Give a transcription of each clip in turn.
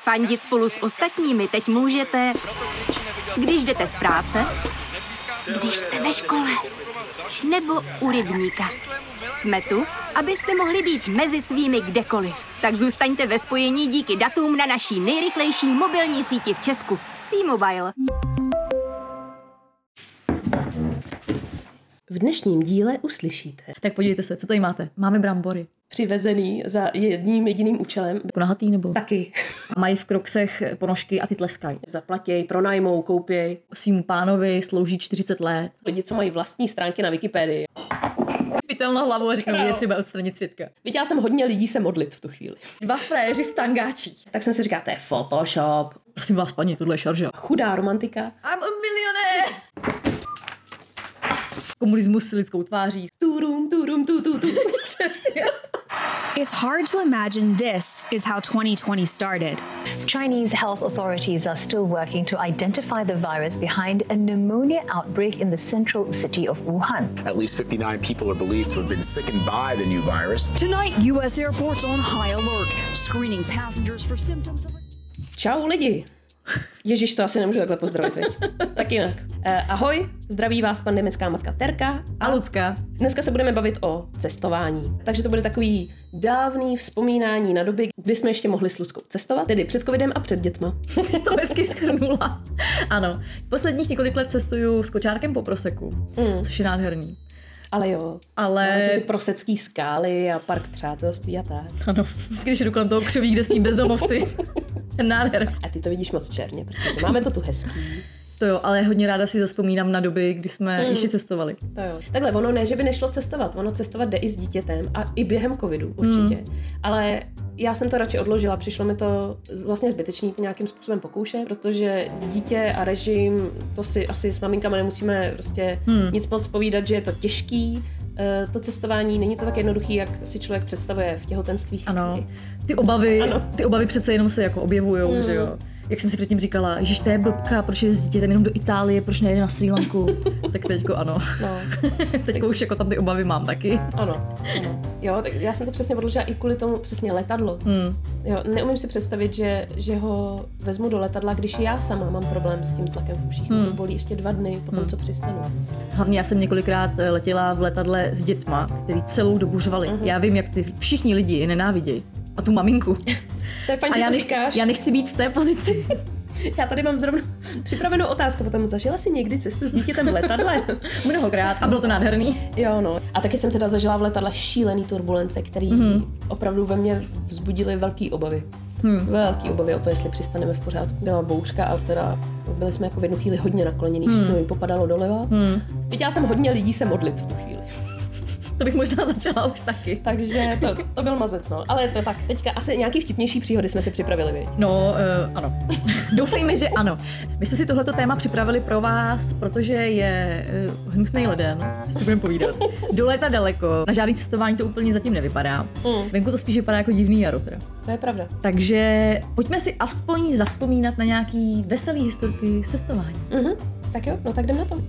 Fandit spolu s ostatními teď můžete, když jdete z práce, když jste ve škole, nebo u rybníka. Jsme tu, abyste mohli být mezi svými kdekoliv. Tak zůstaňte ve spojení díky datům na naší nejrychlejší mobilní síti v Česku. T-Mobile. V dnešním díle uslyšíte. Tak podívejte se, co tady máte. Máme brambory. Přivezený za jedním jediným účelem. Nahatý nebo? Taky. Mají v kroksech ponožky a ty tleskají. Zaplatěj, pronajmou, koupěj. Svým pánovi slouží 40 let. Lidi, co mají vlastní stránky na Wikipedii. Pytel na hlavu a řeknou, že je třeba odstranit svědka. Viděla jsem hodně lidí se modlit v tu chvíli. 2 frajeři v tangáčích. Tak jsem si říkala, to je Photoshop. Prosím vás, paní, tohle je šarža. Chudá romantika. I'm a millionaire! Komunismus s lidskou tváří. Turum. It's hard to imagine this is how 2020 started. Chinese health authorities are still working to identify the virus behind a pneumonia outbreak in the central city of Wuhan. At least 59 people are believed to have been sickened by the new virus. Tonight, U.S. airports on high alert, screening passengers for symptoms of... Čau lidi. Ježiš, to asi nemůžu takhle pozdravit, veď? Tak jinak. Ahoj, zdraví vás pandemická matka Terka A Lucka. Dneska se budeme bavit o cestování. Takže to bude takový dávný vzpomínání na doby, kdy jsme ještě mohli s Luckou cestovat, tedy před covidem a před dětma. Jsi to hezky shrnula. Ano, posledních několik let cestuju s kočárkem po Proseku, což je nádherný. Ale jo, ale ty prosecký skály a park přátelství a tak. Ano, vždycky, když jdu kolem toho křoví, kde spí bezdomovci. Nádher. A ty to vidíš moc černě, prostě. Máme to tu hezký. To jo, ale hodně ráda si zazpomínám na doby, kdy jsme ještě cestovali. To jo. Takhle, ono ne, že by nešlo cestovat. Ono cestovat jde i s dítětem a i během covidu, určitě. Ale já jsem to radši odložila. Přišlo mi to vlastně zbytečný to nějakým způsobem pokoušet, protože dítě a režim, to si asi s maminkama nemusíme prostě nic moc povídat, že je to těžký. To cestování není to tak jednoduchý, jak si člověk představuje v těhotenství. Ano, ty obavy přece jenom se jako objevujou, že jo. Jak jsem si předtím říkala, ježiš, to je blbka, proč jde s dítětem jenom do Itálie, proč nejde na Srí Lanku? Tak teďko ano. No. Teďko už jako tam ty obavy mám taky. Ano. Jo, tak já jsem to přesně odložila i kvůli tomu přesně letadlo. Jo, neumím si představit, že ho vezmu do letadla, když já sama mám problém s tím tlakem v uších. To bolí ještě 2 dny potom, co přistanu. Hlavně já jsem několikrát letěla v letadle s dětma, který celou dobu řvali. Já vím, jak ty všichni lidi je nenávidějí. A tu maminku. To je fajn, že to říkáš. Já nechci být v té pozici. Já tady mám zrovna připravenou otázku. Potom zažila jsi někdy cestu s dítětem v letadle? Mnohokrát. A bylo to nádherný. Jo, no. A taky jsem teda zažila v letadle šílený turbulence, který opravdu ve mně vzbudily velký obavy. Velký obavy o to, jestli přistaneme v pořádku. Byla bouřka a teda byli jsme jako v jednu chvíli hodně nakloněný, všechno jim popadalo doleva. Viděla jsem hodně lidí se modlit v tu chvíli. To bych možná začala už taky. Takže to byl mazec, no. Ale to tak, teďka asi nějaký vtipnější příhody jsme si připravili, viď? No, ano. Doufejme, že ano. My jsme si tohleto téma připravili pro vás, protože je hnusný leden, co si budeme povídat. Do léta daleko, na žádný cestování to úplně zatím nevypadá. Venku to spíš vypadá jako divný jaro teda. To je pravda. Takže pojďme si aspoň zazpomínat na nějaký veselý historky z cestování. Tak jo, no tak jdem na to.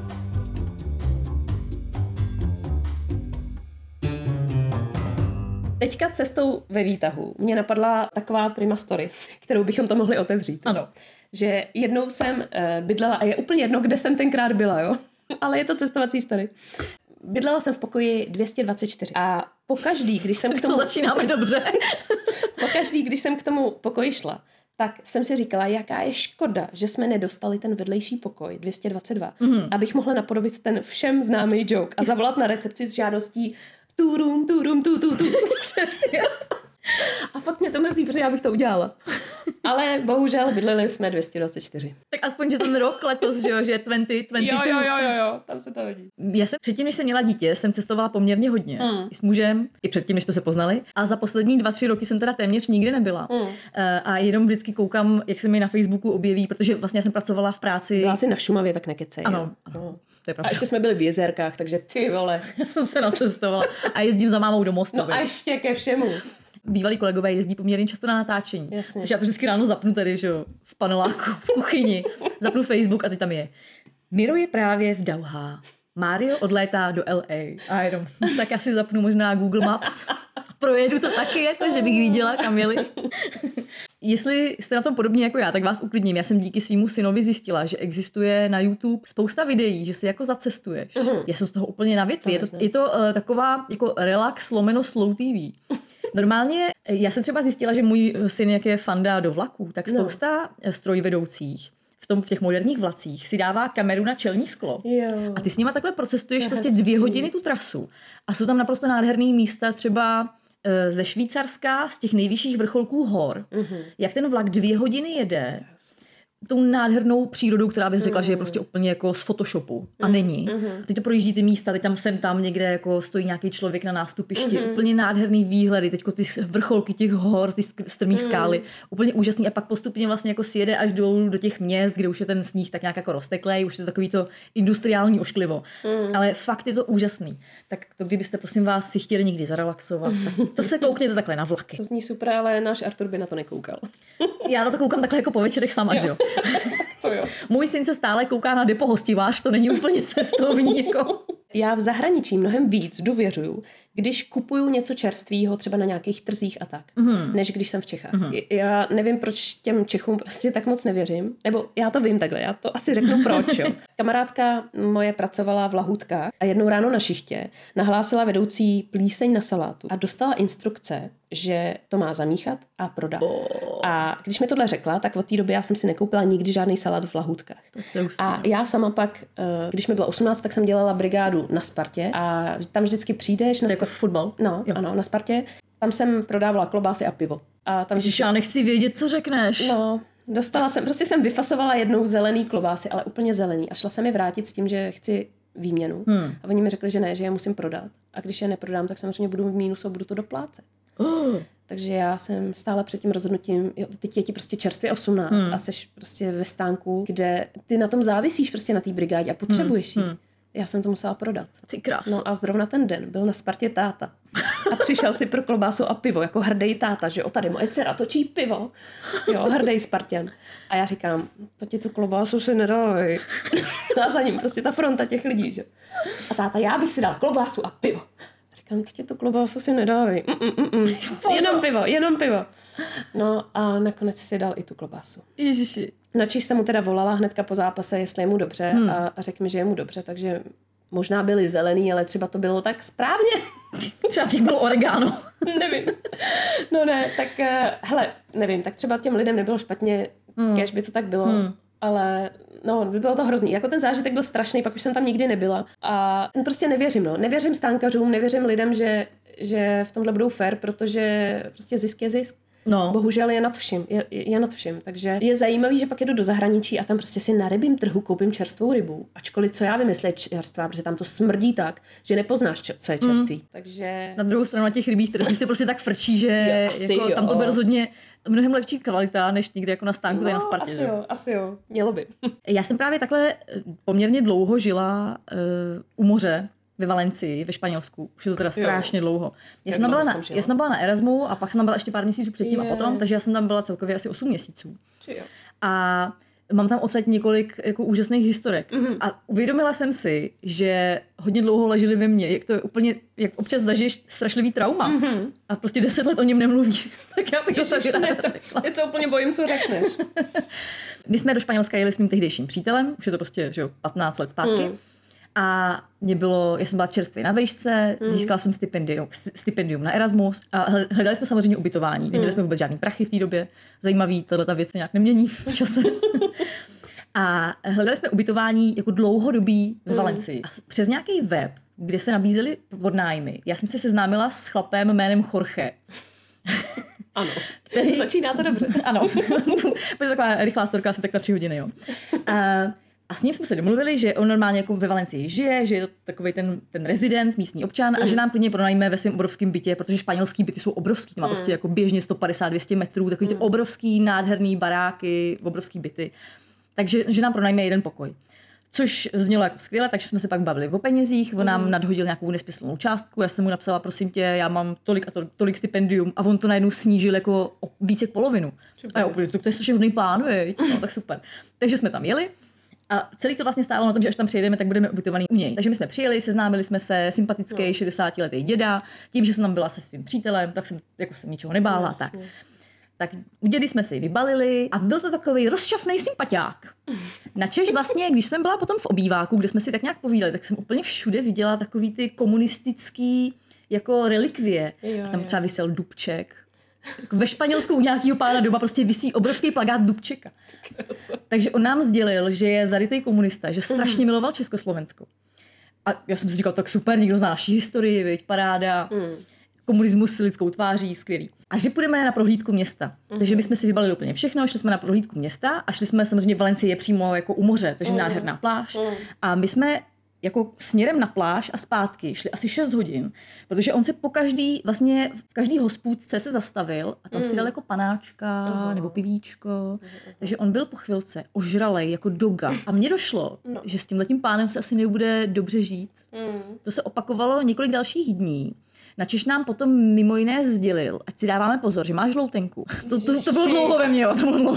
Teďka cestou ve výtahu mě napadla taková prima story, kterou bychom to mohli otevřít. Ano. Že jednou jsem bydlela, a je úplně jedno, kde jsem tenkrát byla, jo? Ale je to cestovací story. Bydlela jsem v pokoji 224 a pokaždý, když jsem k tomu... To začínáme dobře. Pokaždý, když jsem k tomu pokoji šla, tak jsem si říkala, jaká je škoda, že jsme nedostali ten vedlejší pokoj 222, abych mohla napodobit ten všem známý joke a zavolat na recepci s žádostí turum. A fakt mě to mrzí, protože já bych to udělala. Ale bohužel bydleli jsme 224. Tak aspoň, že ten rok letos, že je 2022. Jo, tam se to vidí. Já jsem předtím, než jsem měla dítě, jsem cestovala poměrně hodně. I s mužem, i předtím, než jsme se poznali. A za poslední 2-3 roky jsem teda téměř nikdy nebyla. A jenom vždycky koukám, jak se mi na Facebooku objeví, protože vlastně já jsem pracovala v práci. Byla jsi na Šumavě, tak nekecej. Ano. To je pravda. A ještě jsme byli v Jezerkách, takže ty vole. Já jsem se nacestovala a jezdím za mámou do Mostova. No a ještě ke všemu. Bývalí kolegové jezdí poměrně často na natáčení. Jasně. Takže já to vždycky ráno zapnu tady, že jo, v paneláku, v kuchyni. Zapnu Facebook a ty tam je. Miro je právě v Dauhá. Mario odlétá do LA. A jenom, tak já si zapnu možná Google Maps. Projedu to taky, jako, že bych viděla, kam jeli. Jestli jste na tom podobně jako já, tak vás uklidním. Já jsem díky svýmu synovi zjistila, že existuje na YouTube spousta videí, že si jako zacestuješ. Já jsem z toho úplně na větvi. Je to taková jako relax lomeno slow TV. Normálně, já jsem třeba zjistila, že můj syn, jak je fanda do vlaků, tak spousta strojvedoucích v těch moderních vlacích si dává kameru na čelní sklo. Jo. A ty s nima takhle procestuješ prostě 2 hodiny tu trasu. A jsou tam naprosto nádherný místa, třeba ze Švýcarska, z těch nejvyšších vrcholků hor. Jak ten vlak 2 hodiny jede tou nádhernou přírodou, která bych řekla, že je prostě úplně jako z Photoshopu. A není. A teď to projíždí ty místa, teď tam někde jako stojí nějaký člověk na nástupišti. Úplně nádherný výhledy, teďko ty vrcholky těch hor, ty strmý skály. Úplně úžasný. A pak postupně vlastně jako sjede až dolů do těch měst, kde už je ten sníh tak nějak jako rozteklej, už je to takový to industriální ošklivo. Ale fakt je to úžasný. Tak to, kdybyste, prosím vás, si chtěli někdy zarelaxovat, tak to se koukněte takhle na vlaky. To zní super, ale náš Artur by na to nekoukal. Já na to koukám takhle jako po večerech sama, že jo? To jo. Můj syn se stále kouká na Depo hostivář, to není úplně cestovní. Jako. Já v zahraničí mnohem víc důvěřuju, když kupuju něco čerstvého, třeba na nějakých trzích a tak, než když jsem v Čechách. Já nevím, proč těm Čechům prostě tak moc nevěřím. Nebo já to vím takhle, já to asi řeknu proč. Jo. Kamarádka moje pracovala v lahůdkách a jednou ráno na šichtě nahlásila vedoucí plíseň na salátu a dostala instrukce, že to má zamíchat a prodat. A když mi tohle řekla, tak od té doby já jsem si nekoupila nikdy žádný salát v lahůdkách. A já sama pak, když mi bylo 18, tak jsem dělala brigádu na Spartě a tam vždycky přijdeš na jako fotbal? No, ano, na Spartě. Tam jsem prodávala klobásy a pivo. A tam Ježiš, já nechci vědět, co řekneš. No, prostě jsem vyfasovala jednou zelený klobásy, ale úplně zelený. A šla jsem mi vrátit s tím, že chci výměnu. A oni mi řekli, že ne, že je musím prodat. A když je neprodám, tak samozřejmě budu v mínusu a budu to doplácet. Takže já jsem stála před tím rozhodnutím, jo, teď je ti prostě čerstvě 18 a seš prostě ve stánku, kde ty na tom závisíš prostě na té brigádě a potřebuješ ji. Já jsem to musela prodat. Ty krásu. No a zrovna ten den byl na Spartě táta. A přišel si pro klobásu a pivo, jako hrdý táta, že o tady moje dcera točí pivo. Jo, hrdý Spartan. A já říkám, to ti tu klobásu si nedávej. A za ním prostě ta fronta těch lidí, že. A táta, já bych si dal klobásu a pivo. A říkám, to ti tu klobásu si nedávej. Jenom pivo. No a nakonec si dal i tu klobásu. Ježiši. Načež jsem mu teda volala hnedka po zápase, jestli je mu dobře a řekl mi, že je mu dobře, takže možná byli zelený, ale třeba to bylo tak správně. Třeba těch bylo oregano. Nevím. No ne, tak hele, nevím, tak třeba těm lidem nebylo špatně, kéž by to tak bylo, ale no, bylo to hrozný. Jako ten zážitek byl strašný, pak už jsem tam nikdy nebyla a prostě nevěřím, no. Nevěřím stánkařům, nevěřím lidem, že v tomhle budou fair, protože prostě zisk je zisk. No. Bohužel je nad vším, je nad vším, takže je zajímavý, že pak jedu do zahraničí a tam prostě si na rybím trhu koupím čerstvou rybu, ačkoliv co já vím, jestli je čerstvá, protože tam to smrdí tak, že nepoznáš, co je čerstvý. Takže na druhou stranu na těch rybích trzích to prostě tak frčí, že jako, tam to bude rozhodně mnohem lepší kvalita, než někde jako na stánku tady na Spartě. Asi jo, mělo by. Já jsem právě takhle poměrně dlouho žila u moře, ve Valencii, ve Španělsku. Už je to teda strašně dlouho. Já jsem tam byla na Erasmu a pak jsem tam byla ještě pár měsíců předtím a potom, takže já jsem tam byla celkově asi 8 měsíců. A mám tam odsaď několik jako úžasných historek. A uvědomila jsem si, že hodně dlouho leželi ve mně, jak to je úplně, jak občas zažiješ strašlivý trauma a prostě 10 let o něm nemluvíš. Tak já bych to tak ráda řekla. Já se úplně bojím, co řekneš. My jsme do Španělska jeli s mým tehdejším přítelem, už je to prostě že jo, 15 let zpátky. A já jsem byla čerstvě na vejšce, získala jsem stipendium na Erasmus a hledali jsme samozřejmě ubytování. Neměli jsme vůbec žádný prachy v té době. Zajímavý, tato věc se nějak nemění v čase. A hledali jsme ubytování jako dlouhodobý ve Valencii. A přes nějaký web, kde se nabízely podnájmy, já jsem se seznámila s chlapem jménem Jorge. Ano, začíná to dobře. Ano, protože taková rychlá storka, asi tak na 3 hodiny, jo. A s ním jsme se domluvili, že on normálně jako ve Valencii žije, že je to takový ten rezident, místní občan a že nám klidně pronajme ve svém obrovském bytě, protože španělský byty jsou obrovský, to má prostě jako běžně 150-200 metrů, takový ty obrovský, nádherný baráky, obrovský byty. Takže že nám pronajme jeden pokoj. Což znělo jako skvěle, takže jsme se pak bavili o penězích, on nám nadhodil nějakou nesmyslnou částku, já jsem mu napsala, prosím tě, já mám tolik a tolik stipendium a on to najednou snížil jako více jak polovinu. A já úplně, to je strašně hodný plán, no, tak super. Takže jsme tam jeli. A celý to vlastně stálo na tom, že až tam přijedeme, tak budeme ubytovaní u něj. Takže my jsme přijeli, seznámili jsme se, sympatický 60letý děda, tím, že jsem tam byla se svým přítelem, tak jsem ničeho nebála. Tak. Tak u dědy jsme si vybalili a byl to takový rozšafnej sympatiák. Načež vlastně, když jsem byla potom v obýváku, kde jsme si tak nějak povídali, tak jsem úplně všude viděla takový ty komunistický jako relikvie. A tam třeba visel Dubček. Ve Španělsku u nějakého pána doma prostě visí obrovský plakát Dubčeka. Takže on nám sdělil, že je zarytý komunista, že strašně miloval Československo. A já jsem si říkal, tak super, někdo zná naší historii, viď, paráda. Komunismus s lidskou tváří, skvělý. A že půjdeme na prohlídku města. Takže my jsme si vybalili úplně všechno, šli jsme na prohlídku města a šli jsme samozřejmě Valencie přímo jako u moře, takže nádherná pláž. A my jsme jako směrem na pláž a zpátky šli asi 6 hodin, protože on se po každý, vlastně v každý hospůdce se zastavil a tam si dal jako panáčka nebo pivíčko. Takže on byl po chvilce ožralej jako doga. A mně došlo, že s tímhletím pánem se asi nebude dobře žít. To se opakovalo několik dalších dní. Načež nám potom mimo jiné sdělil, ať si dáváme pozor, že máš žloutenku. To bylo dlouho ve mně,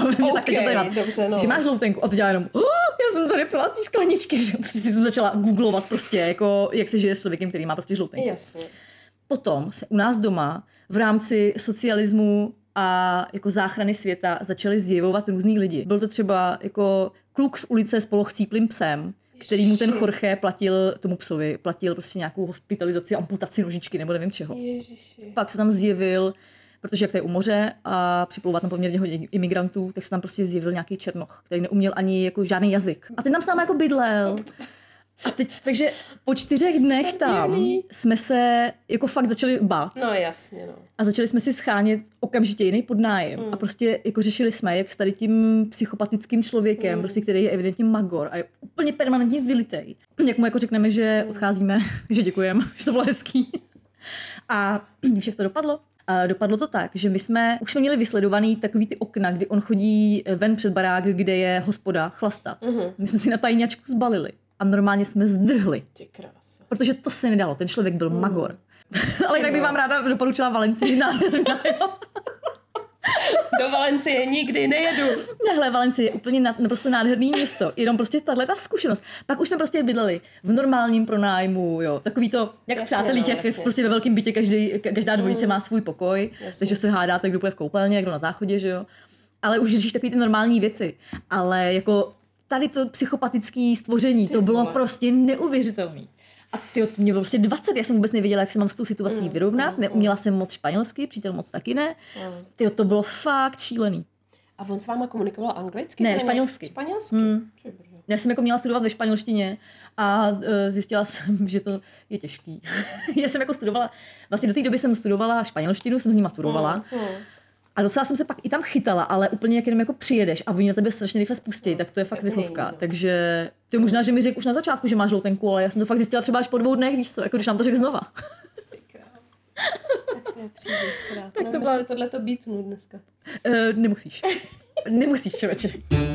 že máš žloutenku. A teď já jenom, já jsem tady pila z té skleničky, že jsem začala googlovat prostě, jako, jak se žije s člověkem, který má prostě žloutenku. Jasně. Potom se u nás doma v rámci socialismu a jako záchrany světa začaly zjevovat různý lidi. Byl to třeba jako kluk z ulice s polohcíplým psem, který mu ten Jorge platil, tomu psovi, platil prostě nějakou hospitalizaci, amputaci nožičky nebo nevím čeho. Ježiši. Pak se tam zjevil, protože jak to je u moře a připlouvá tam poměrně hodně imigrantů, tak se tam prostě zjevil nějaký černoch, který neuměl ani jako žádný jazyk. A ten tam s námi jako bydlel. A teď, takže po 4 dnech tam jsme se jako fakt začali bát. No jasně, no. A začali jsme si schánět okamžitě jiný podnájem. A prostě jako řešili jsme, jak s tady tím psychopatickým člověkem, prostě, který je evidentně magor a je úplně permanentně vylitej. Jak mu jako řekneme, že odcházíme, že děkujeme, že to bylo hezký. A víš, jak to dopadlo? A dopadlo to tak, že už jsme měli vysledovaný takový ty okna, kdy on chodí ven před barák, kde je hospoda chlastat. My jsme si na tajňačku zbalili. A normálně jsme zdrhli. Ty krása. Protože to se nedalo, ten člověk byl magor. Ale jinak bych vám ráda doporučila Valencii. Do Valencie nikdy nejedu. Nehle, Valencie je úplně naprosto nádherný město. Jenom prostě tato zkušenost. Pak už jsme prostě bydleli v normálním pronájmu, jo. Takový to, jak v přátelích, jak prostě ve velkém bytě každá dvojice má svůj pokoj. Takže se hádáte, kdo bude v koupelně, kdo na záchodě, že jo. Ale už řešíš takový ty normální věci. Ale jako tady to psychopatické stvoření, to bylo prostě neuvěřitelné. A mě bylo prostě 20, já jsem vůbec nevěděla, jak se mám s tou situací vyrovnat, neuměla jsem moc španělsky, přítel moc taky ne. To bylo fakt šílený. A on s váma komunikoval anglicky? Ne, španělsky. Španělsky? Já jsem jako měla studovat ve španělštině a zjistila jsem, že to je těžký. Já jsem jako studovala, vlastně do té doby jsem studovala španělštinu, jsem z ní maturovala. A docela jsem se pak i tam chytala, ale úplně jak jenom jako přijedeš a oni na tebe strašně rychle spustí, tak to je fakt rychlovka. Takže to je možná, že mi řekl už na začátku, že máš žloutenku, ale já jsem to fakt zjistila třeba až po 2 dnech, víš co, jako když nám to řekl znova. Tak to je příběh, teda. Tak to byla tohleto beatnu dneska. Nemusíš. Nemusíš, člověče.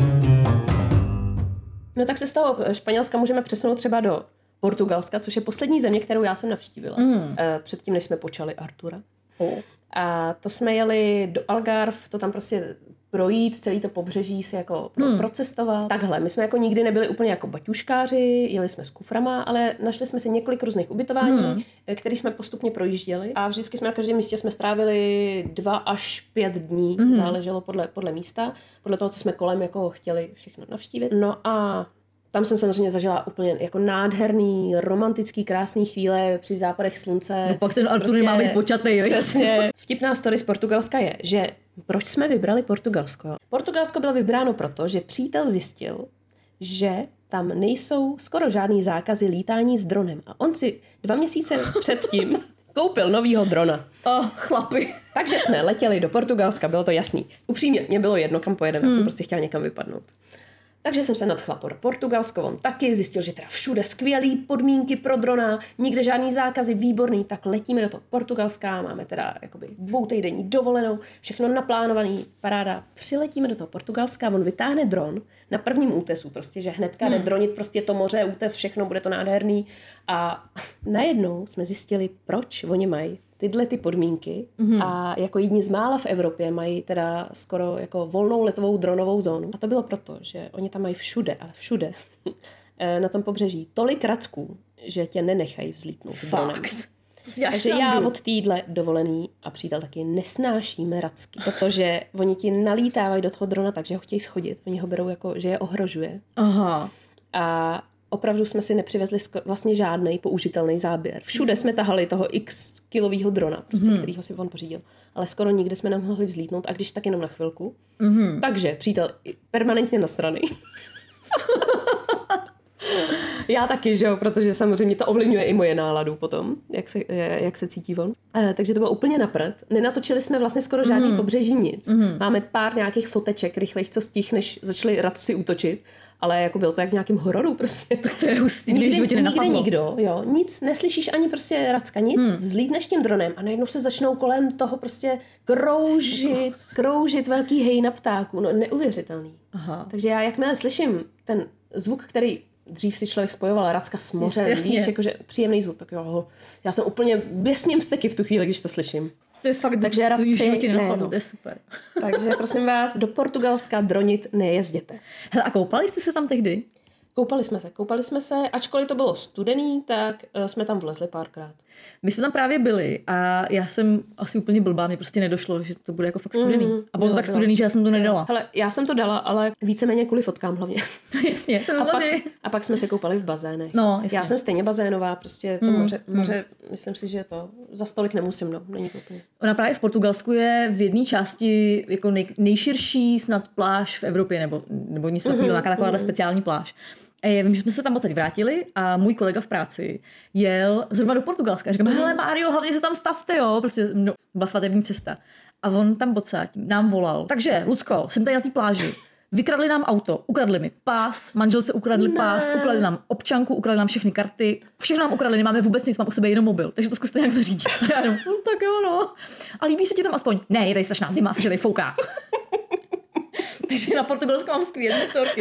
No tak se z toho Španělska můžeme přesunout třeba do Portugalska, což je poslední země, kterou já jsem navštívila. Předtím, než jsme počali Artura. A to jsme jeli do Algarve, to tam prostě projít, celý to pobřeží si jako procestovat. Takhle, my jsme jako nikdy nebyli úplně jako baťuškáři, jeli jsme s kuframa, ale našli jsme si několik různých ubytování, které jsme postupně projížděli a vždycky jsme na každém místě jsme strávili 2 až 5 dní, záleželo podle místa, podle toho, co jsme kolem jako chtěli všechno navštívit. No a tam jsem samozřejmě zažila úplně jako nádherný, romantický, krásný chvíle při západech slunce. No pak ten Artur má být počatej, víš? Přesně. Vtipná story z Portugalska je, že proč jsme vybrali Portugalsko? Portugalsko bylo vybráno proto, že přítel zjistil, že tam nejsou skoro žádný zákazy lítání s dronem. A on si 2 měsíce předtím koupil novýho drona. Chlapi. Takže jsme letěli do Portugalska, bylo to jasný. Upřímně, mě bylo jedno, kam pojedeme, já jsem prostě chtěla někam vypadnout. Takže jsem se nadchla pro Portugalsko, on taky zjistil, že teda všude skvělý podmínky pro drona, nikde žádný zákazy, výborný, tak letíme do toho Portugalska, máme teda jakoby 2týdenní dovolenou, všechno naplánovaný, paráda. Přiletíme do toho Portugalska, on vytáhne dron na prvním útesu, prostě, že hnedka jde dronit prostě to moře, útes, všechno, bude to nádherný. A najednou jsme zjistili, proč oni mají tyhle ty podmínky a jako jedni z mála v Evropě mají teda skoro jako volnou letovou dronovou zónu. A to bylo proto, že oni tam mají všude, ale všude na tom pobřeží tolik racků, že tě nenechají vzlítnout dronem. Takže já od týdle dovolený a přítel taky nesnášíme racky, protože oni ti nalítávají do toho drona tak, že ho chtějí schodit. Oni ho berou jako, že je ohrožuje. Aha. A opravdu jsme si nepřivezli vlastně žádný použitelný záběr. Všude jsme tahali toho x kilového drona, prostě, kterýho si on pořídil. Ale skoro nikde jsme nemohli vzlítnout, a když tak jenom na chvilku. Takže přítel permanentně nasraný. Já taky, že jo, protože samozřejmě to ovlivňuje i moje náladu potom, jak se cítí on. Takže to bylo úplně na prd. Nenatočili jsme vlastně skoro žádný pobřeží nic. Máme pár nějakých foteček rychlejch, co stih, než začali radci útočit. Ale jako bylo to jak v nějakém hororu prostě. Tak to je hustý, nikde nikdo, jo, nic, neslyšíš ani prostě racka, nic, vzlítneš tím dronem a najednou se začnou kolem toho prostě kroužit velký hejna ptáků, no neuvěřitelný. Aha. Takže já jakmile slyším ten zvuk, který dřív si člověk spojoval racka s mořem, víš, jakože příjemný zvuk, tak jo, já jsem úplně běsním vzteky v tu chvíli, když to slyším. To je fakt, takže radci to je super. Takže prosím vás, do Portugalska dronit nejezděte. Hele, a koupali jste se tam tehdy? Koupali jsme se, ačkoliv to bylo studený, tak jsme tam vlezli párkrát. My jsme tam právě byli a já jsem asi úplně blbá, mě prostě nedošlo, že to bude jako fakt studený. A bylo to tak studený, že já jsem to nedala. Hele, já jsem to dala, ale víceméně kvůli fotkám hlavně. Jasně, jsem a pak jsme se koupali v bazénech. No, já jsem stejně bazénová, prostě to moře, myslím si, že to za stolik nemusím, no, není to úplně. Ona právě v Portugalsku je v jedné části jako nejširší snad pláž v Evropě, nebo něco takového, taková speciální pláž. A já vím, že jsme se tam odsaď vrátili a můj kolega v práci jel zrovna do Portugalska. A říkám, hele Mário, hlavně se tam stavte, jo. Prostě byla svatební cesta. A on tam odsaď nám volal. Takže, Lucko, jsem tady na té pláži. Vykradli nám auto, ukradli mi pás, manželce ukradli pás, ukradli nám občanku, ukradli nám všechny karty. Všechno nám ukradli, nemáme vůbec nic, mám u sebe jenom mobil. Takže to zkuste nějak zařídit. A já jenom, tak jo, no. A líbí se ti tam aspoň? Ne, je tady strašná zima, že tady fouká. Takže na Portugalsku mám skvělé storky,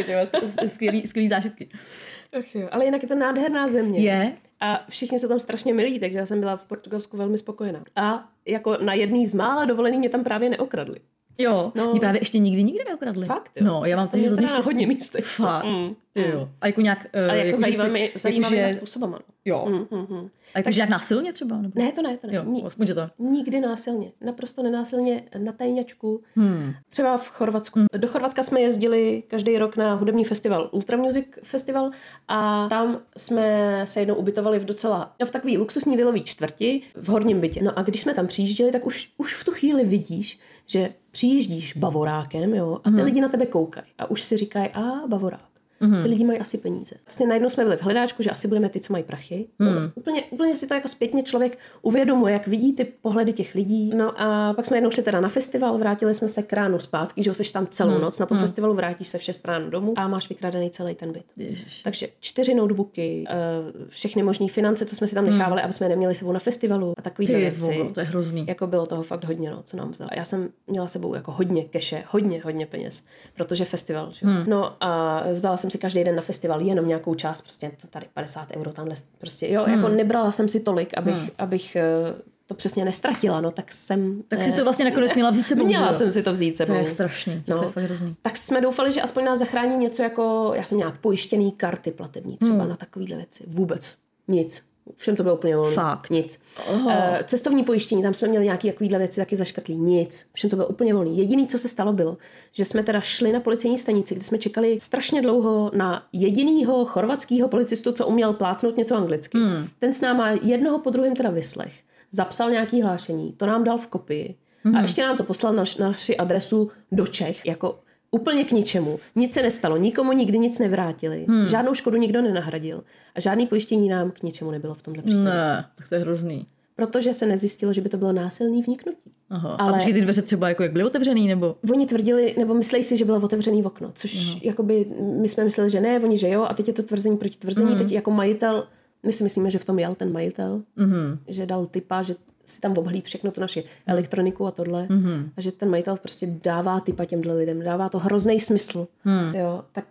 skvělý zážitky. Ach jo, ale jinak je to nádherná země. Je. A všichni jsou tam strašně milí, takže já jsem byla v Portugalsku velmi spokojená. A jako na jedný z mála dovolený mě tam právě neokradli. Jo, mě právě ještě nikdy neokradli. Fakt, jo. No, já mám to na hodně místech. Fakt, jo. A jako nějak... A jako zajímavými způsobama. Jo. A jakože nějak násilně třeba? Nebo? Ne, to ne. Jo, aspoň to. Nikdy násilně. Naprosto nenásilně na tajňačku. Třeba v Chorvatsku. Do Chorvatska jsme jezdili každý rok na hudební festival, Ultra Music Festival, a tam jsme se jednou ubytovali v takový luxusní vilový čtvrti v horním bytě. No a když jsme tam přijížděli, tak už v tu chvíli vidíš, že přijíždíš bavorákem, jo, a ty lidi na tebe koukají a už si říkají, bavorák. Ty lidi mají asi peníze. Vlastně najednou jsme byli v hledáčku, že asi budeme ty, co mají prachy. Úplně si to jako zpětně člověk uvědomuje, jak vidí ty pohledy těch lidí. No a pak jsme jednou šli teda na festival, vrátili jsme se k ránu zpátky, že seš tam celou noc na tom festivalu, vrátíš se v 6 ráno domů a máš vykradený celý ten byt. Ježiš. Takže 4 notebooky, všechny možné finance, co jsme si tam nechávali, aby jsme neměli sebou na festivalu a takový věci. To je hrozný. Jako bylo toho fakt hodně, no, co nám vzal. Já jsem měla sebou jako hodně keše, hodně peněz, protože festival, že? No a vzala jsem si každý den na festival jenom nějakou část, prostě to tady 50 € tamhle, prostě jo, jako nebrala jsem si tolik, abych to přesně nestratila, no tak jsem... Tak jsi to vlastně nakonec měla vzít sebou. Měla jsem si to vzít sebou. To je strašný, to je fakt hrozný. Tak jsme doufali, že aspoň nás zachrání něco jako, já jsem měla pojištěný karty platební třeba na takovýhle věci. Vůbec nic. Všem to bylo úplně volný. Fakt. Nic. Cestovní pojištění, tam jsme měli nějaké takovýhle věci taky zaškatlý. Nic. Všem to bylo úplně volný. Jediný, co se stalo, bylo, že jsme teda šli na policejní stanici, kde jsme čekali strašně dlouho na jedinýho chorvatského policistu, co uměl plácnout něco anglicky. Ten s náma jednoho po druhém teda vyslech. Zapsal nějaký hlášení, to nám dal v kopii a ještě nám to poslal na naši adresu do Čech, jako úplně k ničemu. Nic se nestalo, nikomu nikdy nic nevrátili, žádnou škodu nikdo nenahradil a žádný pojištění nám k ničemu nebylo v tomhle případě. Ne, tak to je hrozný. Protože se nezjistilo, že by to bylo násilný vniknutí. Aha. Ale... A počkej, ty dveře třeba jak byly otevřený, nebo? Oni tvrdili, nebo mysleli si, že bylo otevřený okno, což jakoby my jsme mysleli, že ne, oni, že jo, a teď je to tvrzení proti tvrzení, teď jako majitel, my si myslíme, že v tom jel ten majitel, že dal tipa, že si tam obhlíd všechno tu naši elektroniku a tohle a že ten majitel prostě dává tipa těmhle lidem, dává to hrozný smysl, jo, tak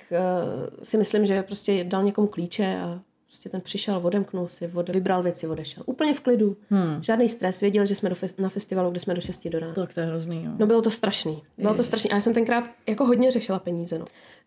si myslím, že prostě dal někomu klíče a prostě ten přišel, odemknul si, vybral věci, odešel. Úplně v klidu. Žádný stres, věděl, že jsme na festivalu, kde jsme do 6 do rána. Tak to je hrozný, jo. No bylo to strašný. Bylo to strašný. A já jsem tenkrát jako hodně řešila peníze, no.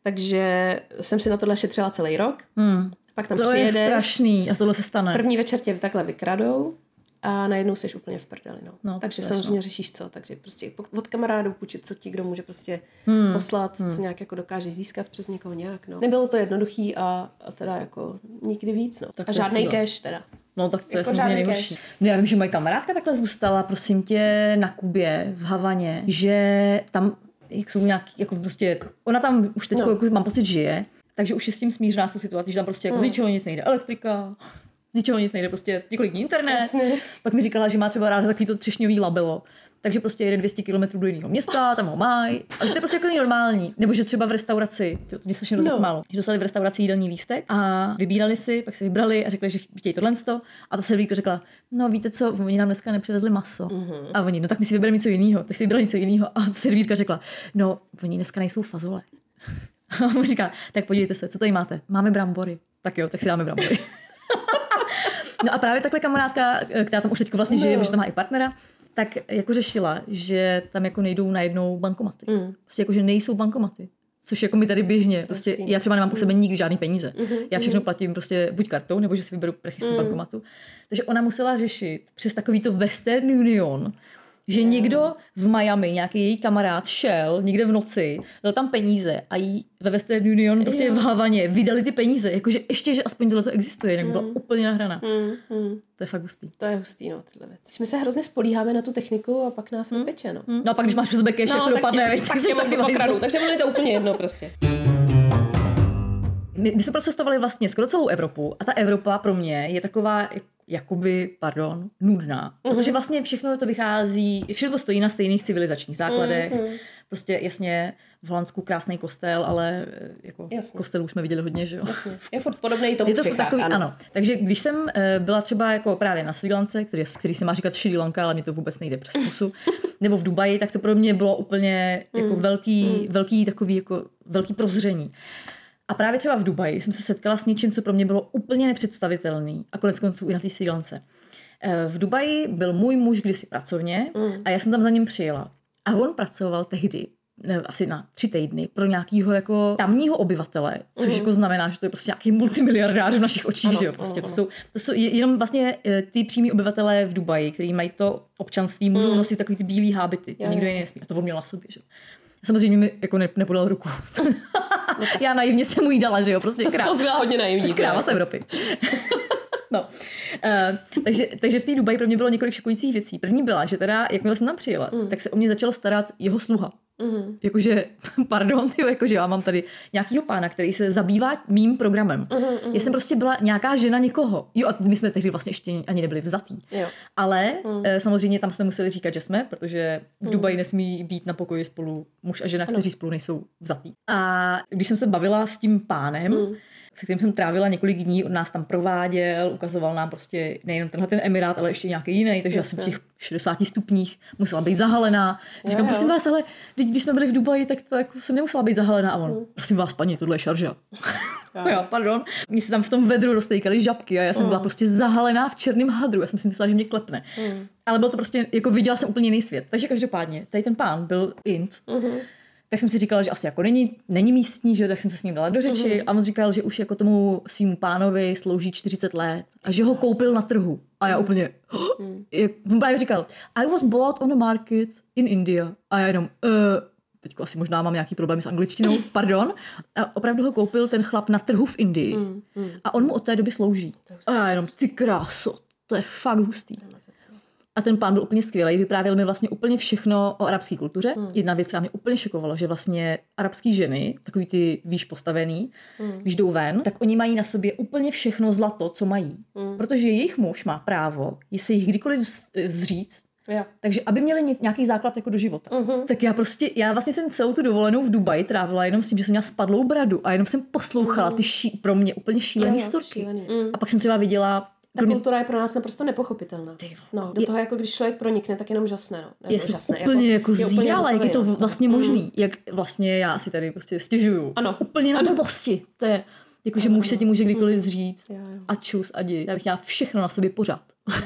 Takže jsem si na tohle šetřila celý rok. Pak tam to přijede. To je strašný a tohle se stane. První večer tě takhle vykradou a najednou jsi úplně v prdeli. No, takže samozřejmě řešíš co, takže prostě od kamarádů půjčit, co ti kdo může prostě poslat, co nějak jako dokážeš získat přes někoho nějak. No. Nebylo to jednoduchý a teda jako nikdy víc. No. Tak a žádnej cash teda. No tak to jako je samozřejmě nejhorší. No, já vím, že moje kamarádka takhle zůstala, prosím tě, na Kubě, v Havaně, že tam jsou nějaký, jako prostě, ona tam už teď jako mám pocit žije, takže už je s tím smířená s tou situací, že tam prostě jako z ničeho nic nejde elektrika, z ničeho nic nejde prostě několik dní internet. Jasně. Pak mi říkala, že má třeba ráda takový to třešňový labelo. Takže prostě jede 200 km do jiného města, tam ho mají. A že to je prostě jako normální. Nebo že třeba v restauraci, to mě strašně rozesmálo, že dostali v restauraci jídelní lístek a vybírali si, pak si vybrali a řekli, že chtějí tohle. A ta servírka řekla, no víte co, oni nám dneska nepřivezli maso. A oni, no tak my si vybereme něco jiného. Tak si vybrali něco jiného. A servírka řekla, no oni dneska nejsou fazole. A on říká, tak podívejte se, co tady máte? Máme brambory. Tak jo, tak si dáme brambory. No a právě takhle kamarádka, která tam už teď vlastně žije, že tam má i partnera, tak jako řešila, že tam jako nejdou najednou bankomaty. Prostě jako, že nejsou bankomaty. Což jako mi tady běžně. Prostě já třeba nemám u sebe nikdy žádný peníze. Já všechno platím prostě buď kartou, nebo že si vyberu prachy z bankomatu. Takže ona musela řešit přes takový to Western Union, že někdo v Miami, nějaký její kamarád šel někde v noci, dal tam peníze a jí ve Western Union prostě v Havaně vydali ty peníze. Jakože ještě, že aspoň tohle to existuje, jinak byla úplně nahraná. To je fakt hustý. To je hustý, no, tyhle věci. My se hrozně spolíháme na tu techniku a pak nás vypeče, no. No a pak, když máš u sebe cash, jak to dopadne, tak jsi taky okradu, takže je to úplně jedno prostě. My jsme procestovali vlastně skoro celou Evropu a ta Evropa pro mě je taková jakoby, nudná. Protože vlastně všechno to vychází, všechno to stojí na stejných civilizačních základech. Prostě jasně v Holandsku krásný kostel, ale jako kostelů jsme viděli hodně, že jo. Jasně. Je furt podobný tomu v Čechách, takový, ano. Takže když jsem byla třeba jako právě na Srí Lance, který se má říkat Šrí Lanka, ale mi to vůbec nejde přes pusu, nebo v Dubaji, tak to pro mě bylo úplně jako velký takový jako velký prozření. A právě třeba v Dubaji jsem se setkala s něčím, co pro mě bylo úplně nepředstavitelný a koneckonců i na té Srí Lance. V Dubaji byl můj muž kdysi pracovně a já jsem tam za ním přijela. A on pracoval tehdy, asi na 3 týdny, pro nějakého jako tamního obyvatele, což jako znamená, že to je prostě nějaký multimiliardář v našich očích, že jo. Prostě to jsou jenom vlastně ty přímí obyvatelé v Dubaji, kteří mají to občanství, můžou nosit takový ty bílý hábity. To nikdo jiný nesmí. A to on měl na sobě, že jo. Samozřejmě mi jako nepodal ruku. Já naivně jsem mu jí dala, že jo, prostě to byla hodně naivní. Kráva z Evropy. No. Takže v té Dubaji pro mě bylo několik šokujících věcí. První byla, že teda, jakmile jsem tam přijela, tak se o mě začal starat jeho sluha. Jakože, pardon, jakože já mám tady nějakýho pána, který se zabývá mým programem. Já jsem prostě byla nějaká žena někoho. Jo, a my jsme tehdy vlastně ještě ani nebyli vzatý. Jo. Ale samozřejmě tam jsme museli říkat, že jsme, protože v Dubaji nesmí být na pokoji spolu muž a žena, kteří spolu nejsou vzatý. A když jsem se bavila s tím pánem, se kterým jsem trávila několik dní, on nás tam prováděl, ukazoval nám prostě nejenom tenhle ten emirát, ale ještě nějaký jiný, takže já jsem v těch 60 stupních musela být zahalená. Říkám, prosím vás, ale když jsme byli v Dubaji, tak to jako jsem nemusela být zahalená. A on, prosím vás, paní, tohle je šarža. Jo, pardon. Mně se tam v tom vedru roztejkaly žabky a já jsem byla prostě zahalená v černém hadru. Já jsem si myslela, že mě klepne. Ale bylo to prostě, jako viděla jsem úplně jiný svět. Takže každopádně, tady ten pán byl Ind. Tak jsem si říkala, že asi jako není místní, že? Tak jsem se s ním dala do řeči a on říkal, že už jako tomu svýmu pánovi slouží 40 let a že ho koupil na trhu. A já úplně, on právě říkal, I was bought on the market in India. A já jenom, teďko asi možná mám nějaký problém s angličtinou, pardon. A opravdu ho koupil ten chlap na trhu v Indii. A on mu od té doby slouží. A já jenom, ty kráso, to je fakt hustý. A ten pán byl úplně skvělý, vyprávěl mi vlastně úplně všechno o arabské kultuře. Jedna věc, která mě úplně šokovala, že vlastně arabské ženy, takový ty výš postavený, když jdou ven, tak oni mají na sobě úplně všechno zlato, co mají. Protože jejich muž má právo, jestli jich kdykoliv zříct, takže aby měli nějaký základ jako do života. Tak já vlastně jsem celou tu dovolenou v Dubaji trávila jenom s tím, že jsem měla spadlou bradu a jenom jsem poslouchala ty pro mě úplně šílený storky. A pak jsem třeba viděla. Ta kultura je pro nás naprosto nepochopitelná. No, do toho, jako když člověk pronikne, tak jenom žasne. No. Úplně jako zírala, jak je to vlastně možný. Jak vlastně já si tady prostě stěžuju. Ano. Úplně na blbosti. To je, jakože muž se ti může kdykoliv zříct. A čus a di. Já bych měla všechno na sobě pořád.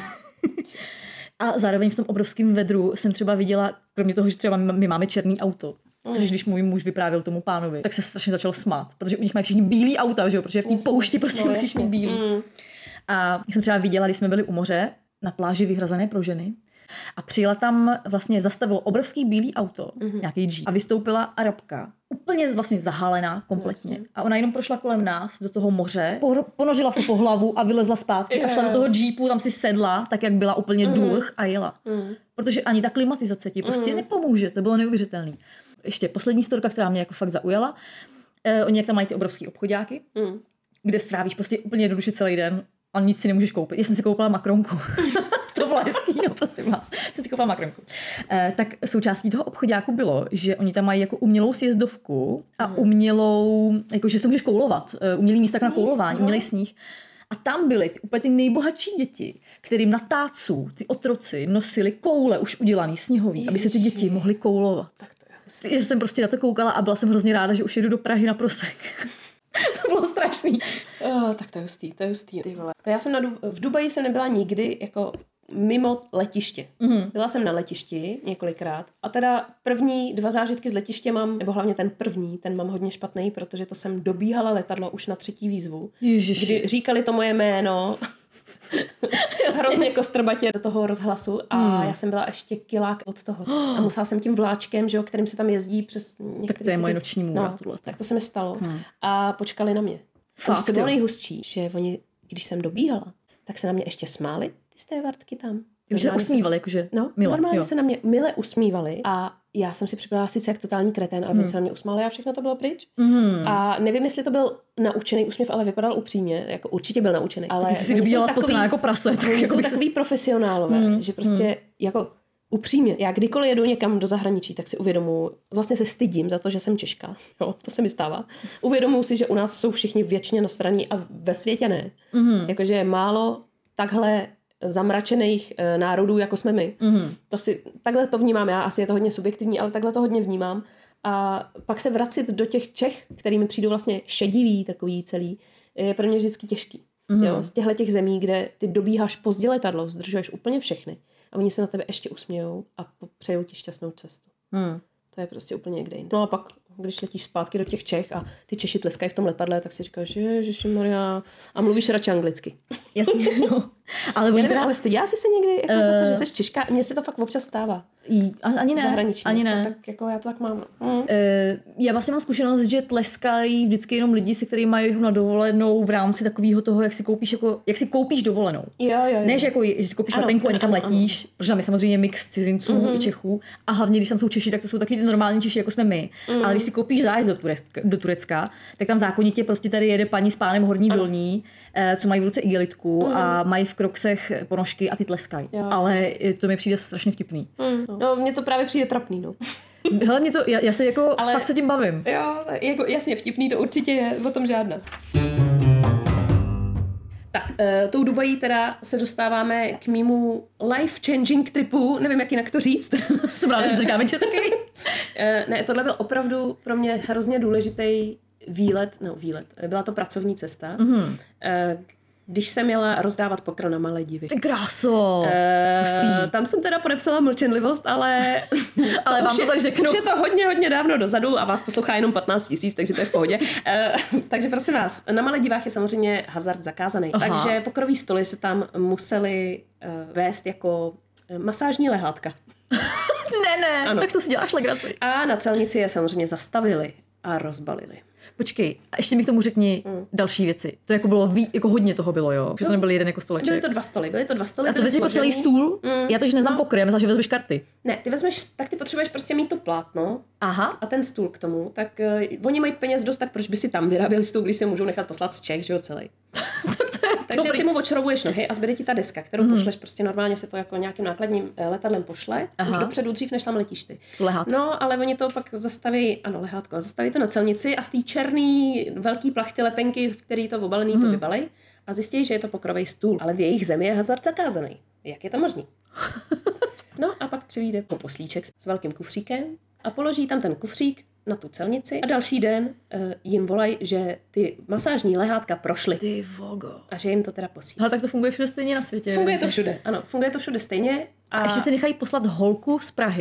A zároveň v tom obrovském vedru jsem třeba viděla, kromě toho, že třeba my máme černý auto, což když můj muž vyprávěl tomu pánovi, tak se strašně začal smát, protože u nich mají všichni bílý auta, že jo? Protože v té poušti prostě musíš mít bílý. A jsem třeba viděla, když jsme byli u moře na pláži vyhrazené pro ženy. A přijela tam, vlastně zastavilo obrovský bílý auto, nějaký Jeep, a vystoupila Arabka, úplně vlastně zahalená kompletně. A ona jenom prošla kolem nás do toho moře, ponořila se po hlavu a vylezla zpátky a šla do toho Jeepu, tam si sedla, tak jak byla úplně durch a jela. Protože ani ta klimatizace ti prostě nepomůže, to bylo neuvěřitelný. Ještě poslední storka, která mě jako fakt zaujala. Oni jak tam mají ty obrovský obchodáky, kde strávíš prostě úplně jednoduše celý den a nic si nemůžeš koupit. Já jsem si koupila makronku. To bylo hezký, no prosím vás. Jsem si koupila makronku. Tak součástí toho obchodáku bylo, že oni tam mají jako umělou sjezdovku a umělou, jako že se můžeš koulovat. Umělý místa na koulování, umělý sníh. A tam byly úplně ty nejbohatší děti, kterým na tácu ty otroci nosili koule už udělaný sněhový, aby se ty děti mohly koulovat. Já jsem prostě na to koukala a byla jsem hrozně ráda, že už jedu do Prahy na prosek. To bylo strašný. Tak to je hustý. Ty vole. Já jsem v Dubaji jsem nebyla nikdy jako mimo letiště. Byla jsem na letišti několikrát a teda první 2 zážitky z letiště mám, nebo hlavně ten první, ten mám hodně špatný, protože to jsem dobíhala letadlo už na 3. výzvu. Ježiši. Kdy říkali to moje jméno hrozně kostrbatě do toho rozhlasu a já jsem byla ještě kilák od toho. A musela jsem tím vláčkem, že jo, kterým se tam jezdí přes některé. Tak to je moje noční můra. No, tak to se mi stalo. A počkali na mě. Fakt, to bylo nejhustší, že oni, když jsem dobíhala, tak se na mě ještě smáli ty stévartky tam. Už se usmívali, jakože mile. Normálně se na mě mile usmívali a já jsem si připadala sice jak totální kretén, ale oni se na mě usmáli a všechno to bylo pryč. A nevím, jestli to byl naučený úsměv, ale vypadal upřímně, jako určitě byl naučený. Ale ty jsi si dobíhala spocená jako prase. Oni jsou takový profesionálové, že prostě jako upřímně, já kdykoliv jedu někam do zahraničí, tak si uvědomuji, vlastně se stydím za to, že jsem Češka, jo, to se mi stává. Uvědomuji si, že u nás jsou všichni věčně nastraní a ve světě ne. Jakože je málo takhle zamračených národů, jako jsme my. Takhle to vnímám já, asi je to hodně subjektivní, ale takhle to hodně vnímám. A pak se vracet do těch Čech, kterými přijdou vlastně šediví, takový celý, je pro mě vždycky těžký. Jo, z těch zemí, kde ty dobíháš pozdě letadlo, zdržuješ úplně všechny a oni se na tebe ještě usmějou a přejou ti šťastnou cestu. To je prostě úplně někde jinde. No a pak, když letíš zpátky do těch Čech a ty Češi tleskají v tom letadle, tak si říkáš, ježišmarja, a mluvíš radši anglicky. Jasně, no. Ale ale stydila jsi se někdy jako za to, že jsi Češka? Mně se to fakt občas stává. Ani ne. Zahraničí. Ani ne. To, tak jako já to tak mám. Já vlastně mám zkušenost, že tleskají vždycky jenom lidi, se kterými jdu na dovolenou v rámci takového toho, jak si koupíš dovolenou. Jo. Ne, že si koupíš letenku a někam letíš, protože tam je samozřejmě mix cizinců i Čechů. A hlavně, když tam jsou Češi, tak to jsou taky ty normální Češi, jako jsme my. Ale když si koupíš zájezd do Turecka, tak tam zákonitě prostě tady jede paní s pánem horní dolní, co mají v ruce igelitku a mají v kroksech ponožky a ty tleskají. Ale to mi přijde strašně vtipný. No, mně to právě přijde trapný, no. Hele, mě to, já se jako ale, fakt se tím bavím. Jo, jako jasně vtipný to určitě je, o tom žádná. Tak, tou Dubají teda se dostáváme k mému life-changing tripu, nevím, jak jinak to říct. Jsem ráda, že to říkáme česky. Ne, tohle byl opravdu pro mě hrozně důležitý výlet. Byla to pracovní cesta, když jsem měla rozdávat pokro na Maledivy. Ty kráso! Tam jsem teda podepsala mlčenlivost, ale vám to tak řeknu. Už je to hodně dávno dozadu a vás poslouchá jenom 15 000, takže to je v pohodě. Takže prosím vás, na Maledivách je samozřejmě hazard zakázaný, takže pokrový stoly se tam museli vést jako masážní lehátka. Ne, ano. Tak to si děláš legraci. A na celnici je samozřejmě zastavili a rozbalili. Počkej, a ještě mi k tomu řekni další věci. To jako bylo jako hodně toho bylo, jo? Že to nebyl jeden jako stoleček. Byly to 2 stoly. A to vezmeš jako celý stůl? Já to, že neznám pokry, já myslím, že vezmeš karty. Ne, ty potřebuješ prostě mít to plátno. Aha. A ten stůl k tomu, tak oni mají peněz dost, tak proč by si tam vyráběli stůl, když si můžou nechat poslat z Čech, že jo, celý. Takže ty mu odšroubuješ nohy a zbyde ti ta deska, kterou pošleš, prostě normálně se to jako nějakým nákladním letadlem pošle, už dopředu dřív, než tam letíš ty. Lehátko. No, ale oni to pak zastaví, lehátko, zastaví to na celnici a z té černý velký plachty lepenky, v který to obalený, to vybalej a zjistí, že je to pokrovej stůl, ale v jejich zemi je hazard zakázaný. Jak je to možný? No a pak přivíde poslíček s velkým kufříkem a položí tam ten kufřík na tu celnici a další den jim volají, že ty masážní lehátka prošly. Ty vogo. A že jim to teda posílí. Ale tak to funguje všude stejně na světě. Funguje to všude, ano. Funguje to všude stejně. A ještě si nechají poslat holku z Prahy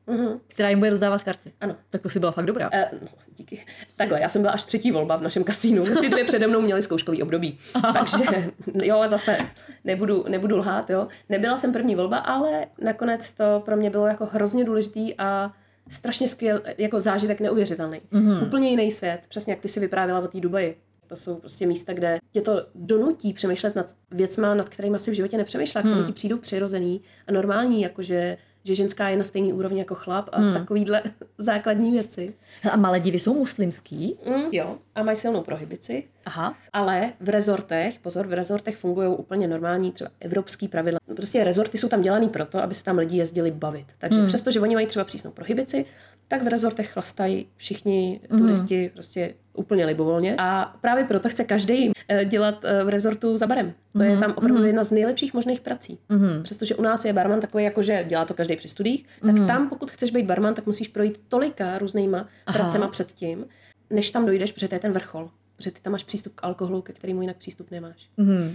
která jim bude rozdávat karty. Ano. Tak to si byla fakt dobrá. No, díky. Takhle, já jsem byla až 3. volba v našem kasínu. Ty 2 přede mnou měly zkouškový období. Takže, jo, zase nebudu lhát, jo. Nebyla jsem 1. volba, ale nakonec to pro mě bylo jako hrozně důležitý a strašně skvěl, jako zážitek neuvěřitelný. Úplně jiný svět, přesně jak ty si vyprávěla o té Dubaji. To jsou prostě místa, kde tě to donutí přemýšlet nad věcma, nad kterými si v životě nepřemýšlela, které ti přijdou přirozený a normální, jakože že ženská je na stejný úrovni jako chlap a takovýhle základní věci. A Maledivy jsou muslimský? Jo, a mají silnou prohibici. Aha. Ale v rezortech fungují úplně normální třeba evropský pravidla. Prostě rezorty jsou tam dělaný proto, aby se tam lidi jezdili bavit. Takže přesto, že oni mají třeba přísnou prohibici, tak v rezortech chlastají všichni turisti prostě úplně libovolně. A právě proto chce každý dělat v rezortu za barem. To je tam opravdu jedna z nejlepších možných prací. Přestože u nás je barman takový, jako že dělá to každý při studiích, tak tam, pokud chceš být barman, tak musíš projít tolika různýma pracema předtím, než tam dojdeš, protože to je ten vrchol. Protože ty tam máš přístup k alkoholu, ke kterému jinak přístup nemáš.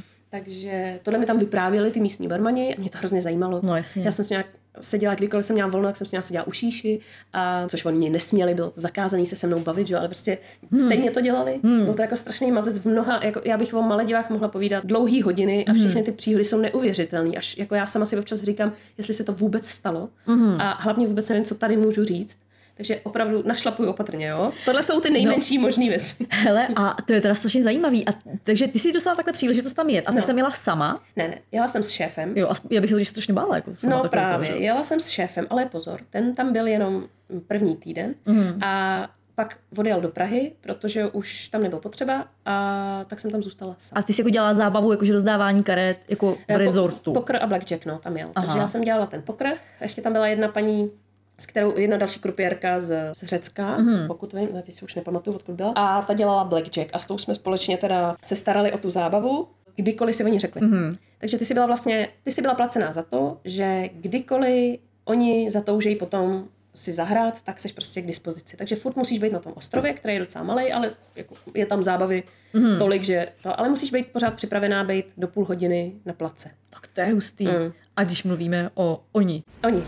Takže tohle mi tam vyprávěli ty místní barmani a mě to hrozně zajímalo. No, jasně. Já jsem s nějak seděla, kdykoliv jsem měla volno, tak jsem s nějak seděla u šíši, a což oni nesměli, bylo to zakázané se mnou bavit, že? Ale prostě stejně to dělali. Byl to jako strašný mazec v mnoha, jako já bych o Maledivách mohla povídat dlouhý hodiny a všechny ty příhody jsou neuvěřitelné. Až jako já sama si občas říkám, jestli se to vůbec stalo a hlavně vůbec nevím, co tady můžu říct. Takže opravdu našlapuju opatrně, jo? Tohle jsou ty nejmenší možný věci. Hele, a to je teda strašně zajímavý. Takže ty jsi dostala takhle příležitost tam jet. A ty jsi tam jela sama? Ne, jela jsem s šéfem. Jo, já bych se to strašně bála. Jako no právě, jela jsem s šéfem, ale pozor, ten tam byl jenom 1. týden a pak odjel do Prahy, protože už tam nebyl potřeba a tak jsem tam zůstala sama. A ty jsi jako dělala zábavu, jakože rozdávání karet jako v rezortu? Pokr a blackjack, no, tam jel. Aha. Takže já jsem dělala ten pokr. Ještě tam byla jedna paní, s kterou jedna další krupierka z Řecka, pokud vím, teď si už nepamatuju, odkud byla. A ta dělala blackjack a s tou jsme společně teda se starali o tu zábavu, kdykoliv si oni řekli. Takže ty jsi byla placená za to, že kdykoliv oni zatoužejí potom si zahrát, tak seš prostě k dispozici. Takže furt musíš být na tom ostrově, který je docela malej, ale jako je tam zábavy tolik, že to, ale musíš být pořád připravená být do půl hodiny na place. Tak to je hustý. A když mluvíme o oni.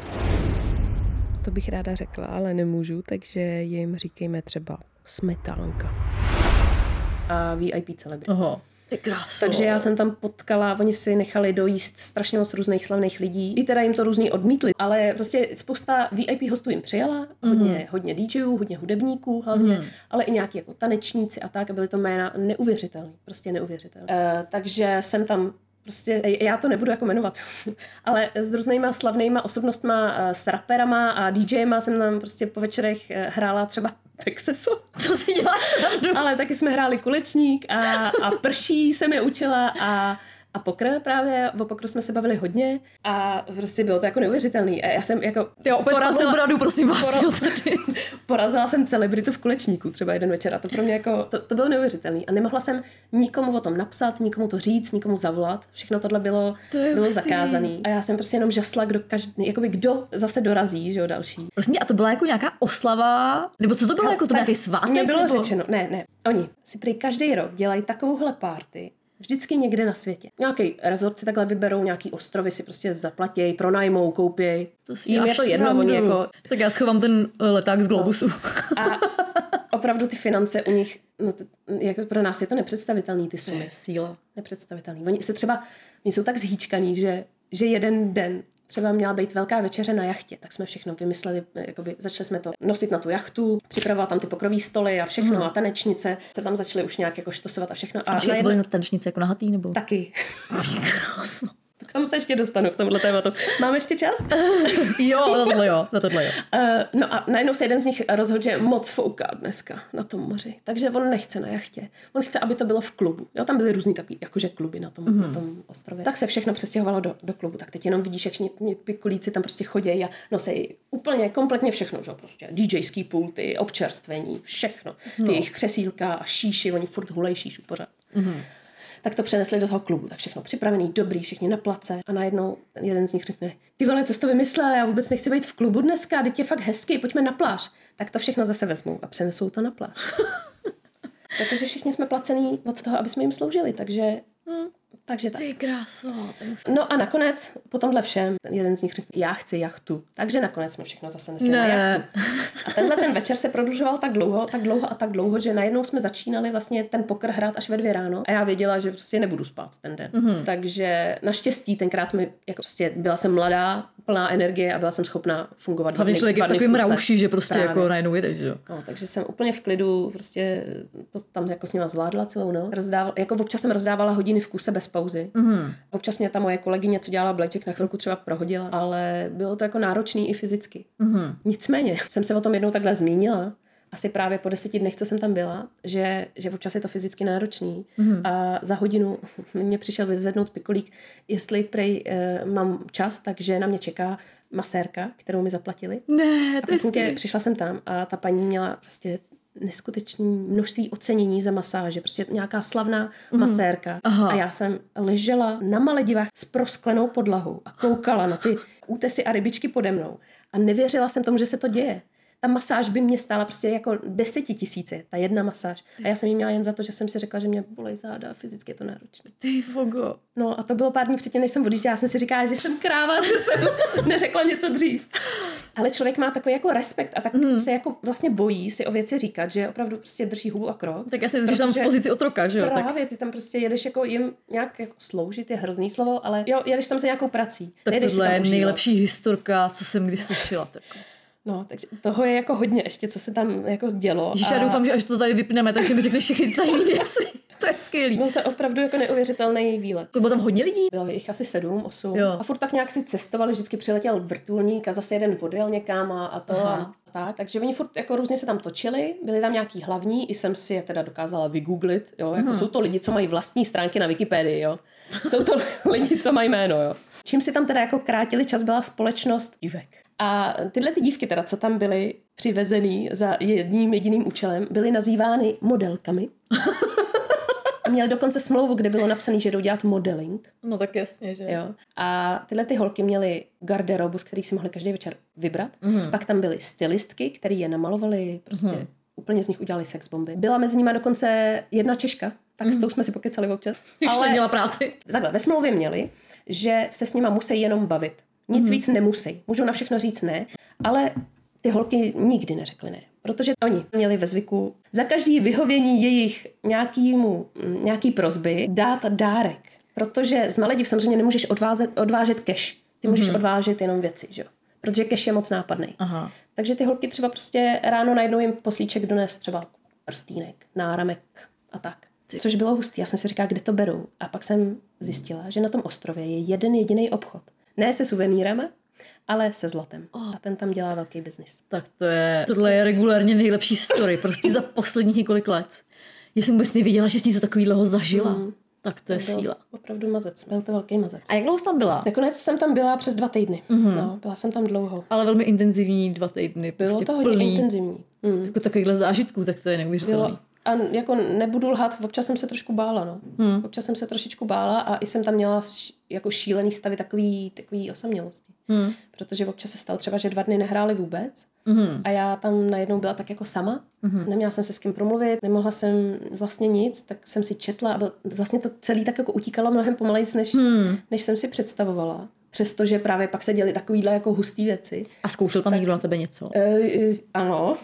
To bych ráda řekla, ale nemůžu, takže jim říkejme třeba smetánka. A VIP celebrity. Oho. Ty kráso. Takže já jsem tam potkala, oni si nechali dojíst strašně moc různých slavných lidí. I teda jim to různý odmítli, ale prostě spousta VIP hostů jim přijela, hodně DJů, hodně hudebníků hlavně, ale i nějaký jako tanečníci a tak, a byly to jména neuvěřitelný, prostě neuvěřitelný. Takže jsem tam prostě, já to nebudu jako jmenovat, ale s různýma slavnýma osobnostma, s raperama a DJema jsem tam prostě po večerech hrála třeba Texasu. Co si děláš? Ale taky jsme hráli kulečník a prší jsem je učila a pokr právě, o pokru jsme se bavili hodně a prostě bylo to jako neuvěřitelný. A já jsem jako porazila jsem celebritu v kulečníku třeba jeden večer a to pro mě jako, to bylo neuvěřitelný. A nemohla jsem nikomu o tom napsat, nikomu to říct, nikomu zavolat. Všechno tohle bylo zakázaný. A já jsem prostě jenom žasla, kdo zase dorazí, že jo, další. Prostě, a to byla jako nějaká oslava, nebo co to bylo, jako to nějaký svátek? Mně bylo řečeno, ne, oni si prý každý rok dělají takovouhle party, vždycky někde na světě. Nějaký rezort si takhle vyberou, nějaký ostrovy si prostě zaplatěj, pronajmou, koupěj. Jím je to jedno, oni jako... Tak já schovám ten leták z Globusu. A opravdu ty finance u nich, jako pro nás je to nepředstavitelný, ty sumy. Síla. Nepředstavitelný. Oni jsou tak zhýčkaný, že jeden den třeba měla být velká večeře na jachtě, tak jsme všechno vymysleli, jakoby začali jsme to nosit na tu jachtu, připravovat tam ty pokrový stoly a všechno a tanečnice se tam začaly už nějak jako štosovat a všechno. A to byly na tanečnice jako nahatý nebo? Taky. K tomu se ještě dostanu, k tomuhle tématu. Máme ještě čas? Jo. No a najednou se jeden z nich rozhodl, že moc fouká dneska na tom moři. Takže on nechce na jachtě. On chce, aby to bylo v klubu. Jo, tam byly různý takový jakože kluby na tom ostrově. Tak se všechno přestěhovalo do klubu. Tak teď jenom vidíš, jak pikulíci tam prostě chodí a nosí úplně kompletně všechno, že prostě DJský pulty, občerstvení, všechno. Ty jejich křesílka a šíši, oni furt hulej šíšu pořád. Tak to přenesli do toho klubu, tak všechno připravený, dobrý, všichni na place a najednou jeden z nich řekne, ty vole, co jsi to vymyslel, já vůbec nechci být v klubu dneska, teď je fakt hezky, pojďme na pláž. Tak to všechno zase vezmou a přenesou to na pláž. Protože všichni jsme placení od toho, aby jsme jim sloužili, takže Takže tak. Ty kráso. No a nakonec, po tomhle všem, jeden z nich řekl, já chci jachtu. Takže nakonec jsme všechno zase nesli na jachtu. A tenhle ten večer se prodlužoval tak dlouho, že najednou jsme začínali vlastně ten poker hrát až ve 2 ráno a já věděla, že prostě nebudu spát ten den. Takže naštěstí tenkrát jako prostě byla jsem mladá, plná energie a byla jsem schopná fungovat. Hlavně člověk je v takovém rauši, že prostě právě. jako najednou jedeš, jo. No, takže jsem úplně v klidu, prostě to tam jako s nima zvládla celou noc. Jako občas jsem rozdávala hodiny v kuse bez pauzy. Občas mě ta moje kolegyně, co dělala blackjack, na chvilku třeba prohodila, ale bylo to jako náročný i fyzicky. Nicméně jsem se o tom jednou takhle zmínila, asi právě po 10 dnech, co jsem tam byla, že občas je to fyzicky náročný. A za hodinu mě přišel vyzvednout pikolík, jestli prej mám čas, takže na mě čeká masérka, kterou mi zaplatili. Ne, to je přišla jsem tam a ta paní měla prostě neskutečné množství ocenění za masáže, prostě nějaká slavná masérka. Aha. A já jsem ležela na Maledivách s prosklenou podlahou a koukala na ty útesy a rybičky pode mnou a nevěřila jsem tomu, že se to děje. Ta masáž by mě stála prostě jako 10 000, ta jedna masáž. A já jsem ji měla jen za to, že jsem si řekla, že mě bolej záda a fyzicky je to náročné. Ty fogo. No a to bylo pár dní předtím, než jsem odjížděla. Já jsem si říkala, že jsem kráva, že jsem neřekla něco dřív. Ale člověk má takový jako respekt a tak se jako vlastně bojí si o věci říkat, že opravdu prostě drží hubu a krok. Tak já si jsi tam v pozici otroka, že jo? Právě, ty tam prostě jedeš jako jim nějak jako sloužit, je hrozný slovo, ale jo, jedeš tam se nějakou prací. Tak tohle je nejlepší historka, co jsem kdy slyšela. No, takže toho je jako hodně ještě, co se tam jako dělo. Ježiš, já doufám, že až to tady vypneme, takže mi řekneš všechny tajné věci. To je skvělý. Byl to opravdu jako neuvěřitelný výlet. Bylo tam hodně lidí? Bylo jich asi 7, 8. Jo. A furt tak nějak si cestovali, vždycky přiletěl vrtulník a zase jeden odjel někam a to a tak. Takže oni furt jako různě se tam točili, byli tam nějaký hlavní, i jsem si je teda dokázala vygooglit, jo, jako jsou to lidi, co mají vlastní stránky na Wikipedii, jo. Jsou to lidi, co mají jméno, jo. Čím si tam teda jako krátili čas, byla společnost dívek. A tyhle ty dívky teda, co tam byly přivezený za jediným účelem, byly nazývány modelkami. A měli dokonce smlouvu, kde bylo napsané, že jdou dělat modeling. No tak jasně, že jo. A tyhle ty holky měly garderobu, z který si mohly každý večer vybrat. Pak tam byly stylistky, které je namalovaly, prostě úplně z nich udělali sex bomby. Byla mezi nimi dokonce jedna Češka, tak s tou jsme si pokecali občas. Ale měla práci. Takhle, ve smlouvě měli, že se s nima musí jenom bavit. Nic víc nemusí. Můžou na všechno říct ne, ale ty holky nikdy neřekly ne. Protože oni měli ve zvyku za každý vyhovění jejich nějaký prosby dát dárek. Protože z Malediv samozřejmě nemůžeš odvážet cash. Ty můžeš odvážet jenom věci, že jo? Protože cash je moc nápadný. Aha. Takže ty holky třeba prostě ráno najednou jim poslíček dones třeba prstýnek, náramek a tak. Což bylo hustý. Já jsem si říkala, kde to berou. A pak jsem zjistila, že na tom ostrově je jeden jediný obchod. Ne se suvenýrama, ale se zlatem. A ten tam dělá velký biznis. Tak tohle je regulárně nejlepší story, prostě za posledních několik let. Já jsem vůbec nevěděla, že jsi něco takového zažila. Tak to je síla. Opravdu mazec. Byl to velký mazec. A jak dlouho jsi tam byla? Nakonec jsem tam byla přes 2 týdny. No, byla jsem tam dlouho. Ale velmi intenzivní 2 týdny. Bylo prostě to hodně plný. Intenzivní. Jako takovýchhle zážitků, tak to je neuvěřitelný. A jako nebudu lhát, občas jsem se trošku bála, no. Občas jsem se trošičku bála a i jsem tam měla jako šílený stavy takový osamělosti. Protože občas se stalo třeba, že 2 dny nehráli vůbec a já tam najednou byla tak jako sama. Neměla jsem se s kým promluvit, nemohla jsem vlastně nic, tak jsem si četla a vlastně to celé tak jako utíkalo mnohem pomalejc, než jsem si představovala. Přestože právě pak se děly takovýhle jako hustý věci. A zkoušel tam někdo na tebe něco? Ano.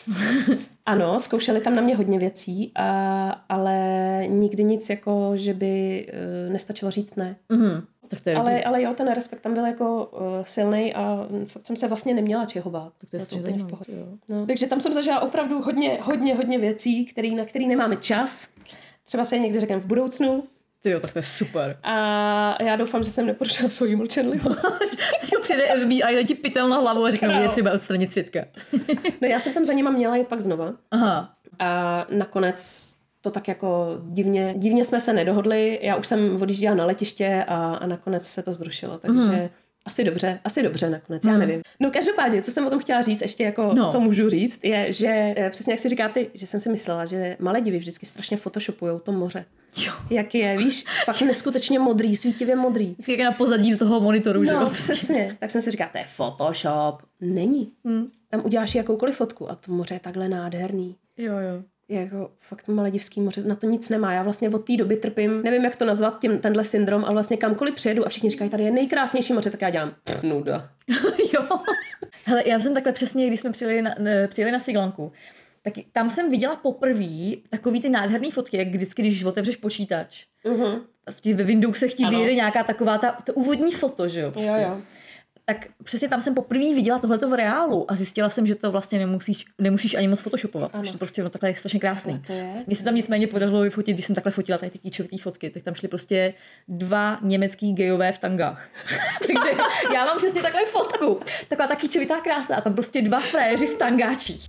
Ano, zkoušeli tam na mě hodně věcí, ale nikdy nic jako, že by nestačilo říct ne. Tak to je ale jo, ten respekt tam byl jako silnej a fakt jsem se vlastně neměla čeho bát. Tak to je strašně zajímavé. No, takže tam jsem zažila opravdu hodně věcí, na který nemáme čas. Třeba se někdy řekneme v budoucnu. Jo, tak to je super. A já doufám, že jsem neporušila svoji mlčenlivost. Teď přijde FBI a ti pytel na hlavu a řekne, je třeba odstranit svědka. No já jsem tam za nima měla jít pak znova. Aha. A nakonec to tak jako divně jsme se nedohodli. Já už jsem odjížděla na letiště a nakonec se to zrušilo. Takže asi dobře nakonec, já nevím. No každopádně, co jsem o tom chtěla říct, ještě jako co můžu říct, je, že přesně jak si říkáte, že jsem si myslela, že Maledivy vždycky strašně photoshopujou to moře. Jo. Jak je, víš, fakt neskutečně modrý, svítivě modrý. Vždycky jak je na pozadí do toho monitoru, že? No, přesně. Tak jsem si říkala, to je Photoshop. Není. Tam uděláš jakoukoliv fotku a to moře je takhle nádherný. Jo. jako fakt Maledivský moře, na to nic nemá. Já vlastně od té doby trpím, nevím, jak to nazvat, tenhle syndrom, ale vlastně kamkoliv přijedu a všichni říkají, tady je nejkrásnější moře, tak já dělám nuda. Jo. Hele, já jsem takhle přesně, když jsme přijeli na Srí Lanku, tak tam jsem viděla poprvé takový ty nádherný fotky, jak vždycky, když otevřeš počítač. Ve Windowsech ti vyjede nějaká taková ta úvodní foto, že jo? Prostě. Jo. Tak přesně tam jsem poprvé viděla tohleto v reálu a zjistila jsem, že to vlastně nemusíš ani moc photoshopovat, protože to prostě takhle je strašně krásný. Mně se tam nicméně podařilo vyfotit, když jsem takhle fotila tady ty kýčovitý fotky, tak tam šly prostě 2 německý gejové v tangách. Takže já mám přesně takhle fotku, taková ta kýčovitá krása a tam prostě 2 frajeři v tangáčích.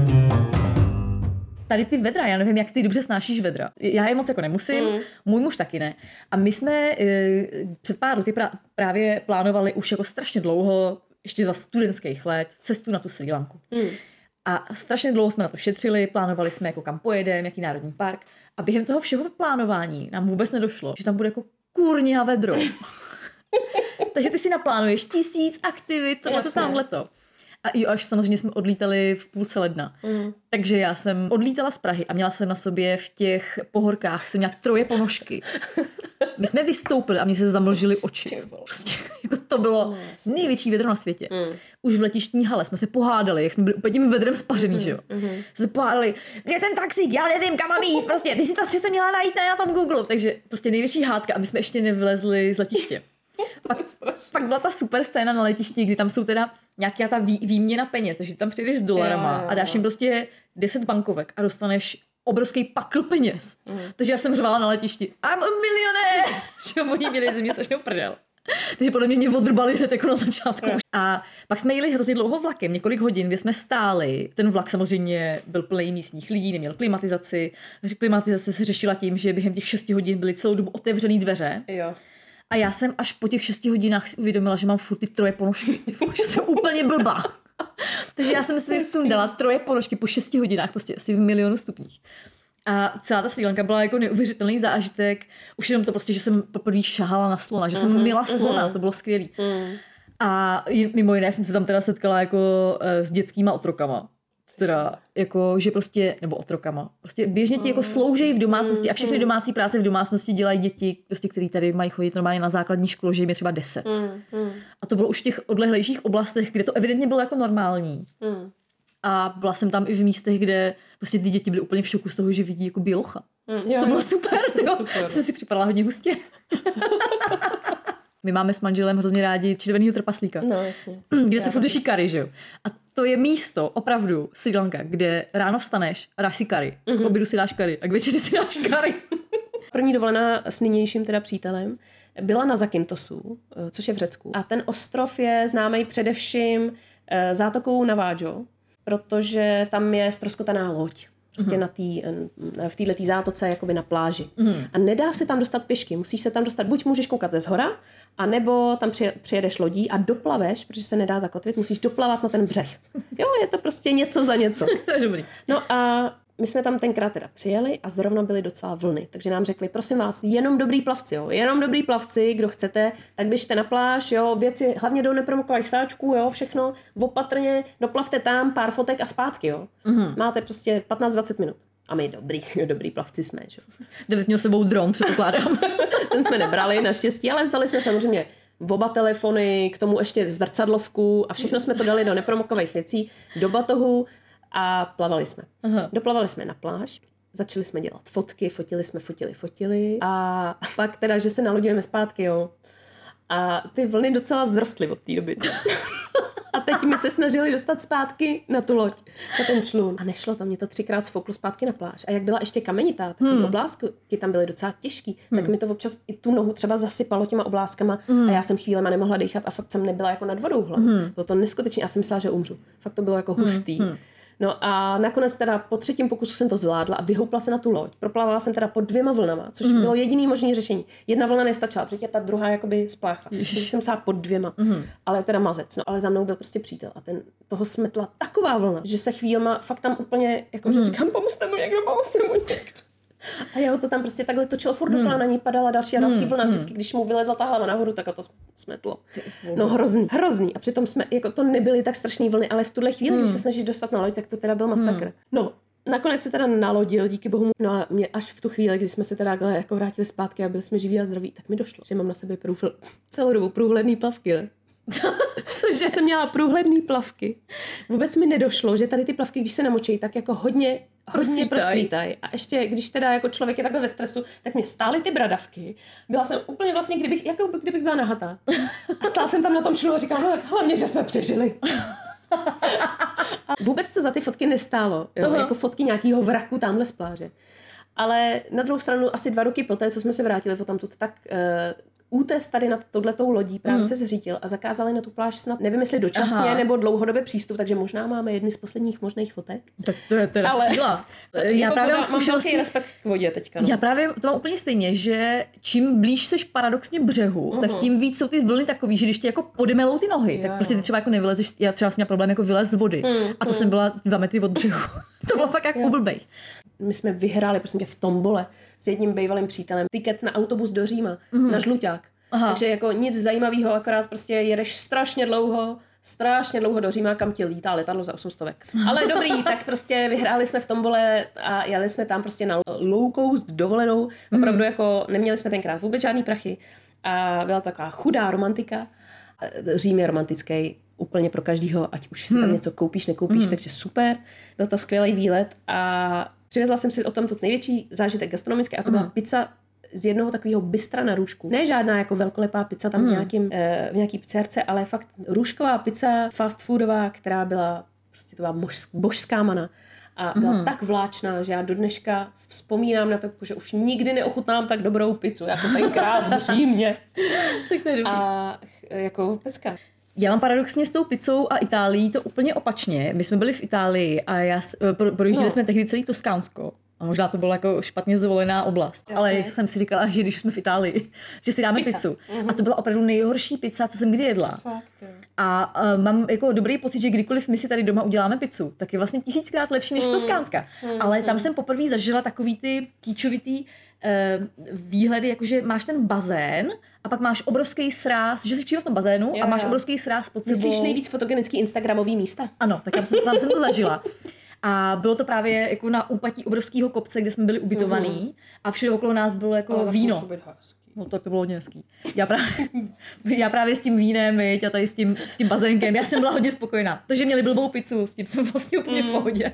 Tady ty vedra, já nevím, jak ty dobře snášíš vedra. Já je moc jako nemusím, můj muž taky ne. A my jsme před pár lety právě plánovali už jako strašně dlouho, ještě za studentských let, cestu na tu Srí Lanku. A strašně dlouho jsme na to šetřili, plánovali jsme, jako kam pojedeme, jaký národní park. A během toho všeho plánování nám vůbec nedošlo, že tam bude jako kůrně a vedro. Takže ty si naplánuješ 1000 aktivit, tamhleto. A jo, až samozřejmě jsme odlítali v půlce ledna. Takže já jsem odlítala z Prahy a měla jsem na sobě v těch pohorkách, jsem měla 3 ponožky. My jsme vystoupili a mě se zamlžily oči. Prostě, jako to bylo největší vedro na světě. Už v letištní hale jsme se pohádali, jak jsme byli úplně tím vedrem spařený, že jo. Jsme se pohádali, kde je ten taxík, já nevím, kam mám jít, prostě, ty si to přece měla najít na tom Google. Takže prostě největší hádka a my jsme ještě nevylezli z letiště. Pak byla ta super scéna na letišti, kdy tam jsou teda nějaká ta výměna peněz, takže tam přijdeš s dolarama a dáš jim prostě 10 bankovek a dostaneš obrovský pakl peněz. Takže já jsem řvala na letišti, I'm a millionaire! Že oni měli ze mě strašnou prdel. Takže podle mě odrbali hned jako na začátku. A pak jsme jeli hrozně dlouho vlakem, několik hodin, kde jsme stáli. Ten vlak samozřejmě byl plný místních lidí, neměl klimatizaci. Klimatizace se řešila tím, že během těch 6 hodin byly celou dobu otevřený dveře. Jo. A já jsem až po těch 6 hodinách si uvědomila, že mám furt ty 3 ponožky. Že jsem úplně blbá. Takže já jsem si sundala 3 ponožky po 6 hodinách, prostě asi v milionu stupních. A celá ta Srí Lanka byla jako neuvěřitelný zážitek. Už jenom to prostě, že jsem poprvé šahala na slona, že jsem mila slona, to bylo skvělý. A mimo jiné jsem se tam teda setkala jako s dětskýma otrokama. Teda jako, že prostě, nebo otrokama, prostě běžně ti jako sloužejí v domácnosti a všechny domácí práce v domácnosti dělají děti, prostě, který tady mají chodit normálně na základní školu, že jim je třeba 10. A to bylo už v těch odlehlejších oblastech, kde to evidentně bylo jako normální. A byla jsem tam i v místech, kde prostě ty děti byly úplně v šoku z toho, že vidí jako bělocha. To bylo super, jsem si připadala hodně hustě. My máme s manželem hrozně rádi červenýho trpaslíka. No, jasně. Kde se furt řeší curry, že jo. A to je místo, opravdu, Srí Lanka, kde ráno vstaneš a dáš si curry. K obědu si dáš curry a k večeři si dáš curry. První dovolená s nynějším teda přítelem byla na Zakyntosu, což je v Řecku. A ten ostrov je známý především zátokou Navajo, protože tam je ztroskotaná loď. Prostě v této zátoce jakoby na pláži. A nedá se tam dostat pěšky, musíš se tam dostat, buď můžeš koukat ze zhora, anebo tam přijedeš lodí a doplaveš, protože se nedá zakotvit, musíš doplavat na ten břeh. Jo, je to prostě něco za něco. To je dobrý. No a my jsme tam tenkrát teda přijeli a zrovna byly docela vlny, takže nám řekli, prosím vás, jenom dobrý plavci, jo, jenom dobrý plavci, kdo chcete, tak běžte na pláž, jo, věci, hlavně do nepromokových sáčků, jo, všechno, opatrně, doplavte tam, pár fotek a zpátky, jo. Máte prostě 15-20 minut. A my dobrý plavci jsme, jo. David měl sebou dron, předpokládám. Ten jsme nebrali naštěstí, ale vzali jsme samozřejmě oba telefony, k tomu ještě zrcadlovku a všechno jsme to dali do nepromokových věcí, do batohu. A plavali jsme. Doplavali jsme na pláž, začali jsme dělat fotky, fotili a pak teda, že se nalodíme zpátky, jo. A ty vlny docela vzrostly od té doby. A teď mi se snažili dostat zpátky na tu loď, na ten člun. A nešlo to, mě to 3krát sfouklo zpátky na pláž. A jak byla ještě kamenitá, tak ty oblásky tam byly docela těžký, tak mi to občas i tu nohu třeba zasypalo těma oblázkama a já jsem chvílema nemohla dýchat a fakt jsem nebyla jako nad vodou hlavu. Bylo to neskutečně, já jsem myslela, že umřu. Fakt to bylo jako hustý. No a nakonec teda po 3. pokusu jsem to zvládla a vyhoupla se na tu loď. Proplavala jsem teda pod 2 vlnama, což bylo jediný možný řešení. Jedna vlna nestačila, protože ta druhá jakoby spláchla. Takže jsem sála pod 2. Ale teda mazec. No ale za mnou byl prostě přítel a ten toho smetla taková vlna, že se chvílema fakt tam úplně jako že říkám, pomozte mu někdo. A jeho to tam prostě takhle točilo furt dokola, na ní padala další a další vlna. Vždycky, když mu vylezla ta hlava nahoru, tak to smetlo. No hrozný. A přitom jsme, jako to nebyly tak strašný vlny, ale v tuhle chvíli, když se snažíš dostat na loď, tak to teda byl masakr. No, Nakonec se teda nalodil, díky bohu. No a mě až v tu chvíli, kdy jsme se teda jako vrátili zpátky a byli jsme živí a zdraví, tak mi došlo, že mám na sebe celou dobu průhledný plavky, ne? Cože jsem měla průhledný plavky. Vůbec mi nedošlo, že tady ty plavky, když se namočí, tak jako hodně prosvítaj. A ještě, když teda jako člověk je takhle ve stresu, tak mě stály ty bradavky. Byla jsem úplně vlastně, kdybych byla nahatá. A stála jsem tam na tom člunu a říkám, no hlavně, že jsme přežili. A vůbec to za ty fotky nestálo, jo? Jako fotky nějakého vraku tamhle z pláže. Ale na druhou stranu asi 2 roky poté, co jsme se vrátili odtamtud, tak útes tady nad touhletou lodí právě se zřítil a zakázali na tu pláž snad, nevím jestli dočasně nebo dlouhodobě přístup, takže možná máme jedny z posledních možných fotek. Tak to je teda síla. Já právě mám zkušenosti, respekt k vodě teďka. No. Já právě to mám úplně stejně, že čím blíž seš paradoxně břehu, tak tím víc jsou ty vlny takový, že když ti jako podemelou ty nohy, tak prostě ty třeba jako nevylezeš. Já třeba jsem měla problém jako vylézt z vody a to jsem byla 2 metry od břehu. To bylo fakt jako blbej. My jsme vyhráli prostě v tombole s jedním bývalým přítelem tiket na autobus do Říma, na Žluťák. Takže jako nic zajímavého, akorát prostě jedeš strašně dlouho do Říma, kam ti lítá letadlo za 800. Ale dobrý, tak prostě vyhráli jsme v tombole a jeli jsme tam prostě na low cost dovolenou. Opravdu jako neměli jsme tenkrát vůbec žádný prachy a byla to taková chudá romantika. Řím je romantický úplně pro každýho, ať už si tam něco koupíš, nekoupíš, takže super. Byl to skvělý výlet a přivezla jsem si o tom největší zážitek gastronomický a to byla pizza z jednoho takového bystra na Růžku. Ne žádná jako velkolepá pizza tam v nějaký pizzerce, ale fakt růžková pizza fast foodová, která byla prostě to byla božská mana. A byla tak vláčná, že já do dneška vzpomínám na to, že už nikdy neochutnám tak dobrou pizzu, jako tenkrát v Římě. Tak to je dobrý. A jako pecka. Já mám paradoxně s tou pizzou a Itálií to úplně opačně. My jsme byli v Itálii a projížděli jsme tehdy celý Toskánsko. A možná to byla jako špatně zvolená oblast. Jasně. Ale jsem si říkala, že když jsme v Itálii, že si dáme pizzu. A to byla opravdu nejhorší pizza, co jsem kdy jedla. Fakt, a mám jako dobrý pocit, že kdykoliv my si tady doma uděláme pizzu, tak je vlastně 1000krát lepší než Toskánska. Ale tam jsem poprvé zažila takový ty kýčovitý výhledy, jakože máš ten bazén a pak máš obrovský sráz, že jsi přímo v tom bazénu a máš obrovský sráz pod sebou. Myslíš nejvíc fotogenický instagramový místa? Ano, tak tam jsem to zažila. A bylo to právě jako na úpatí obrovského kopce, kde jsme byli ubytovaní a všude okolo nás bylo jako víno. No tak to bylo hodně hezký. Já právě s tím vínem, a tady s tím bazénkem, já jsem byla hodně spokojená. To, že měli blbou pizzu, s tím jsem vlastně úplně v pohodě.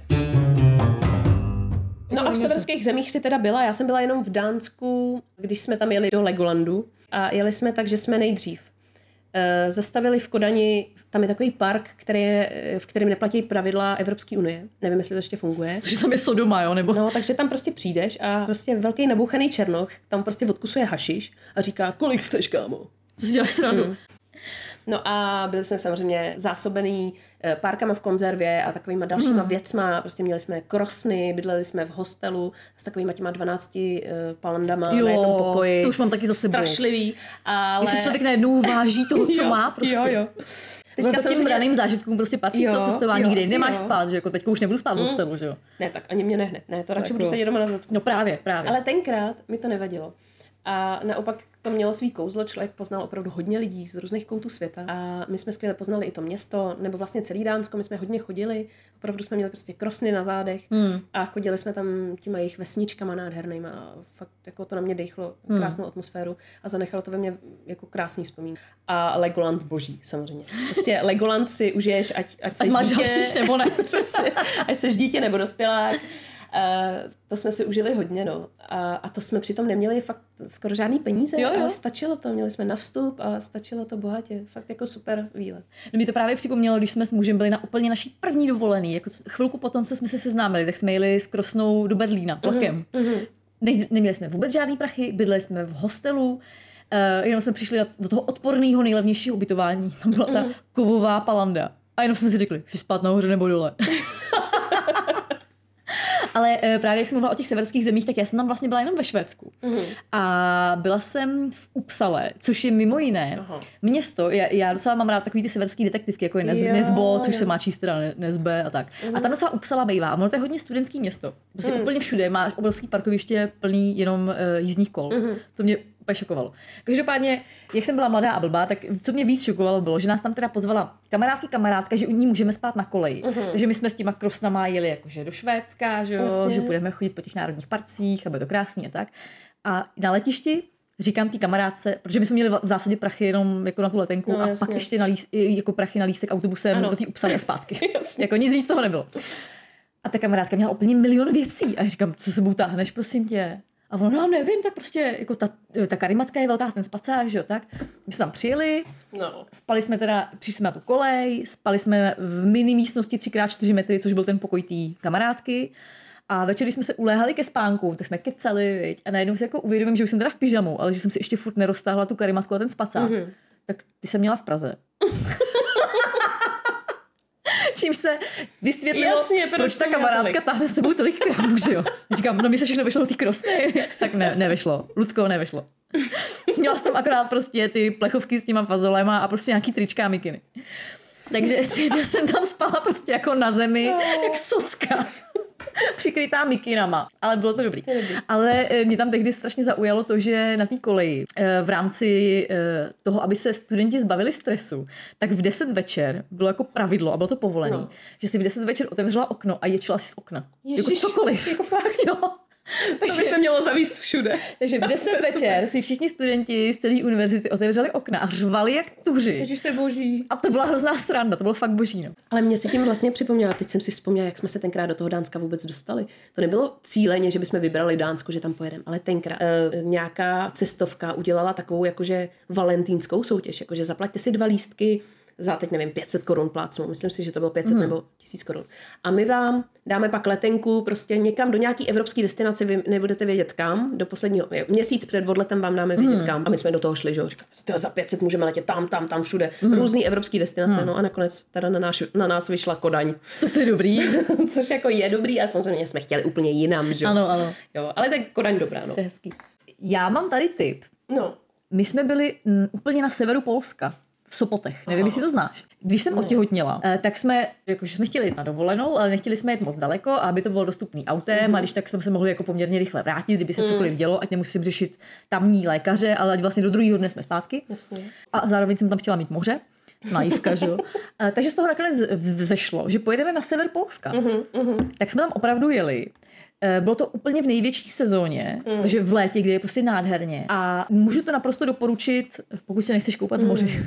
No a v severských zemích si teda byla. Já jsem byla jenom v Dánsku, když jsme tam jeli do Legolandu a jeli jsme tak, že jsme nejdřív zastavili v Kodani, tam je takový park, v kterém neplatí pravidla Evropské unie. Nevím, jestli to ještě funguje. Takže tam je Sodoma, jo? Nebo? No, takže tam prostě přijdeš a prostě velký nabouchaný černoch tam prostě odkusuje hašiš a říká, kolik chceš, kámo? To si děláš srandu. No a byli jsme samozřejmě zásobený párkama v konzervě a takovýma dalšíma věcma. Prostě měli jsme krosny, bydleli jsme v hostelu s takovýma těma 12 palandama na jednom pokoji. To už mám taky za sebou. Strašlivý. Ale... Jak se člověk najednou váží toho, co má prostě. Jo. Teďka těm raným zážitkům prostě patří to cestování, kdy nemáš spát, že jako teďka už nebudu spát v hostelu, že jo. Ne, tak ani mě nehne. Ne, to radši budu sedět doma na zadku. No právě. Ale tenkrát mi to nevadilo. A naopak to mělo svý kouzlo, člověk poznal opravdu hodně lidí z různých koutů světa a my jsme skvěle poznali i to město, nebo vlastně celý Dánsko, my jsme hodně chodili, opravdu jsme měli prostě krosny na zádech a chodili jsme tam těma jejich vesničkama nádhernýma a fakt jako to na mě dechlo krásnou atmosféru a zanechalo to ve mně jako krásný vzpomínky. A Legoland boží, samozřejmě. Prostě Legoland si užiješ, ať seš máš dítě, hašiš nebo ne. ať seš dítě nebo dospělák. To jsme si užili hodně, no. A to jsme přitom neměli fakt skoro žádný peníze, ale stačilo to. Měli jsme na vstup a stačilo to bohatě. Fakt jako super výlet. No, mi to právě připomnělo, když jsme s mužem byli na úplně naší první dovolený. Jako chvilku potom, co jsme se seznámili, tak jsme jeli s Krosnou do Berlína vlakem. Neměli jsme vůbec žádný prachy, bydleli jsme v hostelu, jenom jsme přišli do toho odporného nejlevnějšího ubytování. Tam byla ta kovová palanda. A jenom jsme si řekli, chci spát nahoře nebo dole. Ale právě jak jsem mluvila o těch severských zemích, tak já jsem tam vlastně byla jenom ve Švédsku. A byla jsem v Uppsale, což je mimo jiné město. Já docela mám rád takový ty severský detektivky, jako je Nesbo, což se má číst teda Nesbe a tak. A tam docela Uppsala bývá. A ono to je hodně studentský město. Prostě úplně všude máš obrovský parkoviště plný jenom jízdních kol. To mě úplně šokovalo. Každopádně, jak jsem byla mladá a blbá, tak co mě víc šokovalo bylo, že nás tam teda pozvala kamarádka, že u ní můžeme spát na koleji. Takže my jsme s těma krosnama jeli jakože do Švédska, že budeme chodit po těch národních parcích, aby to krásný a tak. A na letišti říkám té kamarádce, protože my jsme měli v zásadě prachy jenom jako na tu letenku a pak ještě jako prachy na lístek autobusem do té Upsaly a zpátky. Jako nic víc toho nebylo. A ta kamarádka měla úplně milion věcí. A já říkám, co sebou táhneš, prosím tě? A ona, no nevím, tak prostě jako ta karimatka je velká, ten spacák, že jo, tak. My jsme tam přijeli, spali jsme teda, přišli jsme na tu kolej, spali jsme v mini místnosti 3x4 metry, což byl ten pokoj té kamarádky. A večer, když jsme se uléhali ke spánku, tak jsme kecali, viď? A najednou si jako uvědomím, že už jsem teda v pyžamu, ale že jsem si ještě furt neroztáhla tu karimatku a ten spacák. Tak ty jsem měla v Praze. Čímž se vysvětlilo, proč ta kamarádka táhne sebou tolik krámů, že jo. Říkám, no mi se všechno vyšlo do té krosny. Tak nevyšlo. Lucko, nevyšlo. Měla jsem tam akorát prostě ty plechovky s těma fazolema a prostě nějaký trička a mikiny. Takže já jsem tam spala prostě jako na zemi, jak socka. Přikrytá mikinama, ale bylo to dobrý. Ale mě tam tehdy strašně zaujalo to, že na té koleji v rámci toho, aby se studenti zbavili stresu, tak v 10 večer bylo jako pravidlo a bylo to povolené, že si v 10 večer otevřela okno a ječila si z okna. Ježiš, jako cokoliv. Jako fakt, jo. Takže, to by se mělo zavíst všude. Takže v 10 večer si všichni studenti z celé univerzity otevřeli okna a řvali jak tuři. Ježiš, to je boží. A to byla hrozná sranda, to bylo fakt boží. No. Ale mě si tím vlastně připomněla, teď jsem si vzpomněla, jak jsme se tenkrát do toho Dánska vůbec dostali. To nebylo cíleně, že bychom vybrali Dánsko, že tam pojedeme, ale tenkrát nějaká cestovka udělala takovou jakože valentínskou soutěž, jakože zaplaťte si 2 lístky za, teď nevím, 500 korun plácnu. Myslím si, že to bylo 500 nebo 1000 korun. A my vám dáme pak letenku prostě někam do nějaký evropské destinace, vy nebudete vědět kam, do posledního měsíc před odletem vám dáme vědět kam. A my jsme do toho šli, že jo, říkám, za 500 můžeme letět tam všude. Různý evropské destinace, no a nakonec teda na nás vyšla Kodaň. To je dobrý. Což jako je dobrý a samozřejmě jsme chtěli úplně jinam, že jo. Ano. Jo, ale tak Kodaň dobrá, no. To je hezký. Já mám tady tip. No. My jsme byli úplně na severu Polska. V Sopotech. Nevím, jestli to znáš. Když jsem otěhotněla, tak jsme chtěli jít na dovolenou, ale nechtěli jsme jít moc daleko, aby to bylo dostupný autem a když tak jsme se mohli jako poměrně rychle vrátit, kdyby se cokoliv dělo, ať nemusím řešit tamní lékaře, ale ať vlastně do druhého dne jsme zpátky. Jasně. A zároveň jsem tam chtěla mít moře. Naivka, že jo. Takže z toho nakonec vzešlo, že pojedeme na sever Polska. Tak jsme tam opravdu jeli. Bylo to úplně v největší sezóně, takže v létě, kdy je prostě nádherně. A můžu to naprosto doporučit, pokud se nechceš koupat v moři.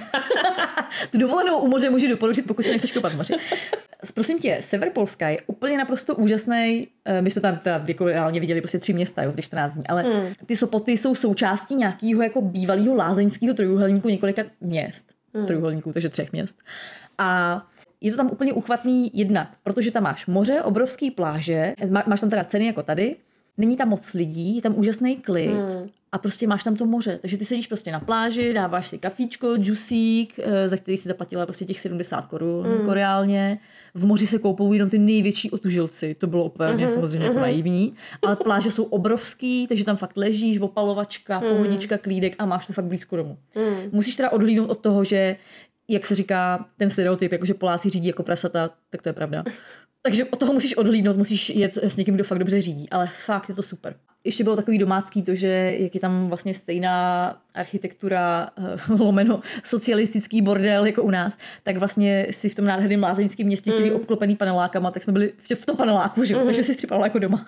Tu dovolenou u moře můžu doporučit, pokud se nechceš koupat v moři. Prosím tě, sever Polska je úplně naprosto úžasný. My jsme tam teda jako reálně viděli prostě 3 města, jo, 14 dní, ale ty Sopoty jsou součástí nějakého jako bývalého lázeňského trojuhelníku několika měst. Trojuhelníků, takže 3 měst. A je to tam úplně uchvatný jednak, protože tam máš moře, obrovský pláže, máš tam teda ceny jako tady, není tam moc lidí, je tam úžasný klid a prostě máš tam to moře. Takže ty sedíš prostě na pláži, dáváš si kafíčko, džusík, za který si zaplatila prostě těch 70 korun reálně. V moři se koupou jenom ty největší otužilci, to bylo úplně samozřejmě jako naivní, ale pláže jsou obrovský, takže tam fakt ležíš, opalovačka, pohodička, klídek a máš to fakt blízko domu. Musíš teda odhlídnout od toho, že jak se říká ten stereotyp, jakože Poláci řídí jako prasata, tak to je pravda. Takže od toho musíš odhlídnout, musíš jet s někým, kdo fakt dobře řídí, ale fakt je to super. Ještě bylo takový domácký to, že jak je tam vlastně stejná architektura lomeno socialistický bordel jako u nás, tak vlastně si v tom nádherném lázeňském městě, který je obklopený panelákama, tak jsme byli v tom paneláku, že? Takže si připadala jako doma.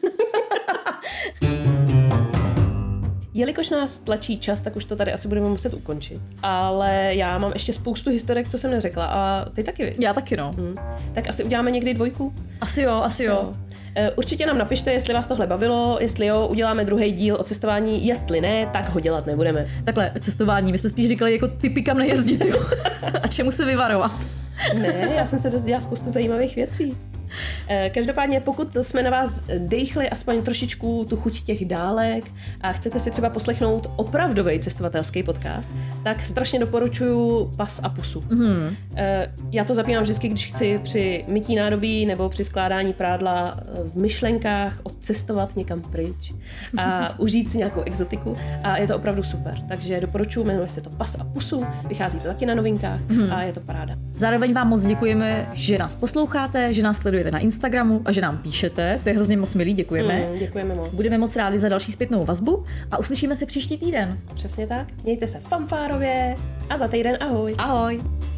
Jelikož nás tlačí čas, tak už to tady asi budeme muset ukončit. Ale já mám ještě spoustu historek, co jsem neřekla. A ty taky, vy? Já taky, no. Tak asi uděláme někdy 2? Asi jo. Určitě nám napište, jestli vás tohle bavilo, jestli jo, uděláme 2. díl o cestování, jestli ne, tak ho dělat nebudeme. Takhle, cestování, my jsme spíš říkali jako typy, kam nejezdit, jo. A čemu se vyvarovat. Ne, já jsem se dozvěděla spoustu zajímavých věcí. Každopádně, pokud jsme na vás dejchli aspoň trošičku tu chuť těch dálek a chcete si třeba poslechnout opravdový cestovatelský podcast, tak strašně doporučuji Pas a pusu. Já to zapínám vždycky, když chci při mytí nádobí nebo při skládání prádla v myšlenkách odcestovat někam pryč a užít si nějakou exotiku a je to opravdu super. Takže doporučuji, jmenuje se to Pas a pusu, vychází to taky na novinkách a je to paráda. Zároveň vám moc děkujeme, že nás posloucháte, že nás sledujete sledujete na Instagramu a že nám píšete. To je hrozně moc milý, děkujeme. Děkujeme moc. Budeme moc rádi za další zpětnou vazbu a uslyšíme se příští týden. Přesně tak. Mějte se fanfárově a za týden ahoj. Ahoj.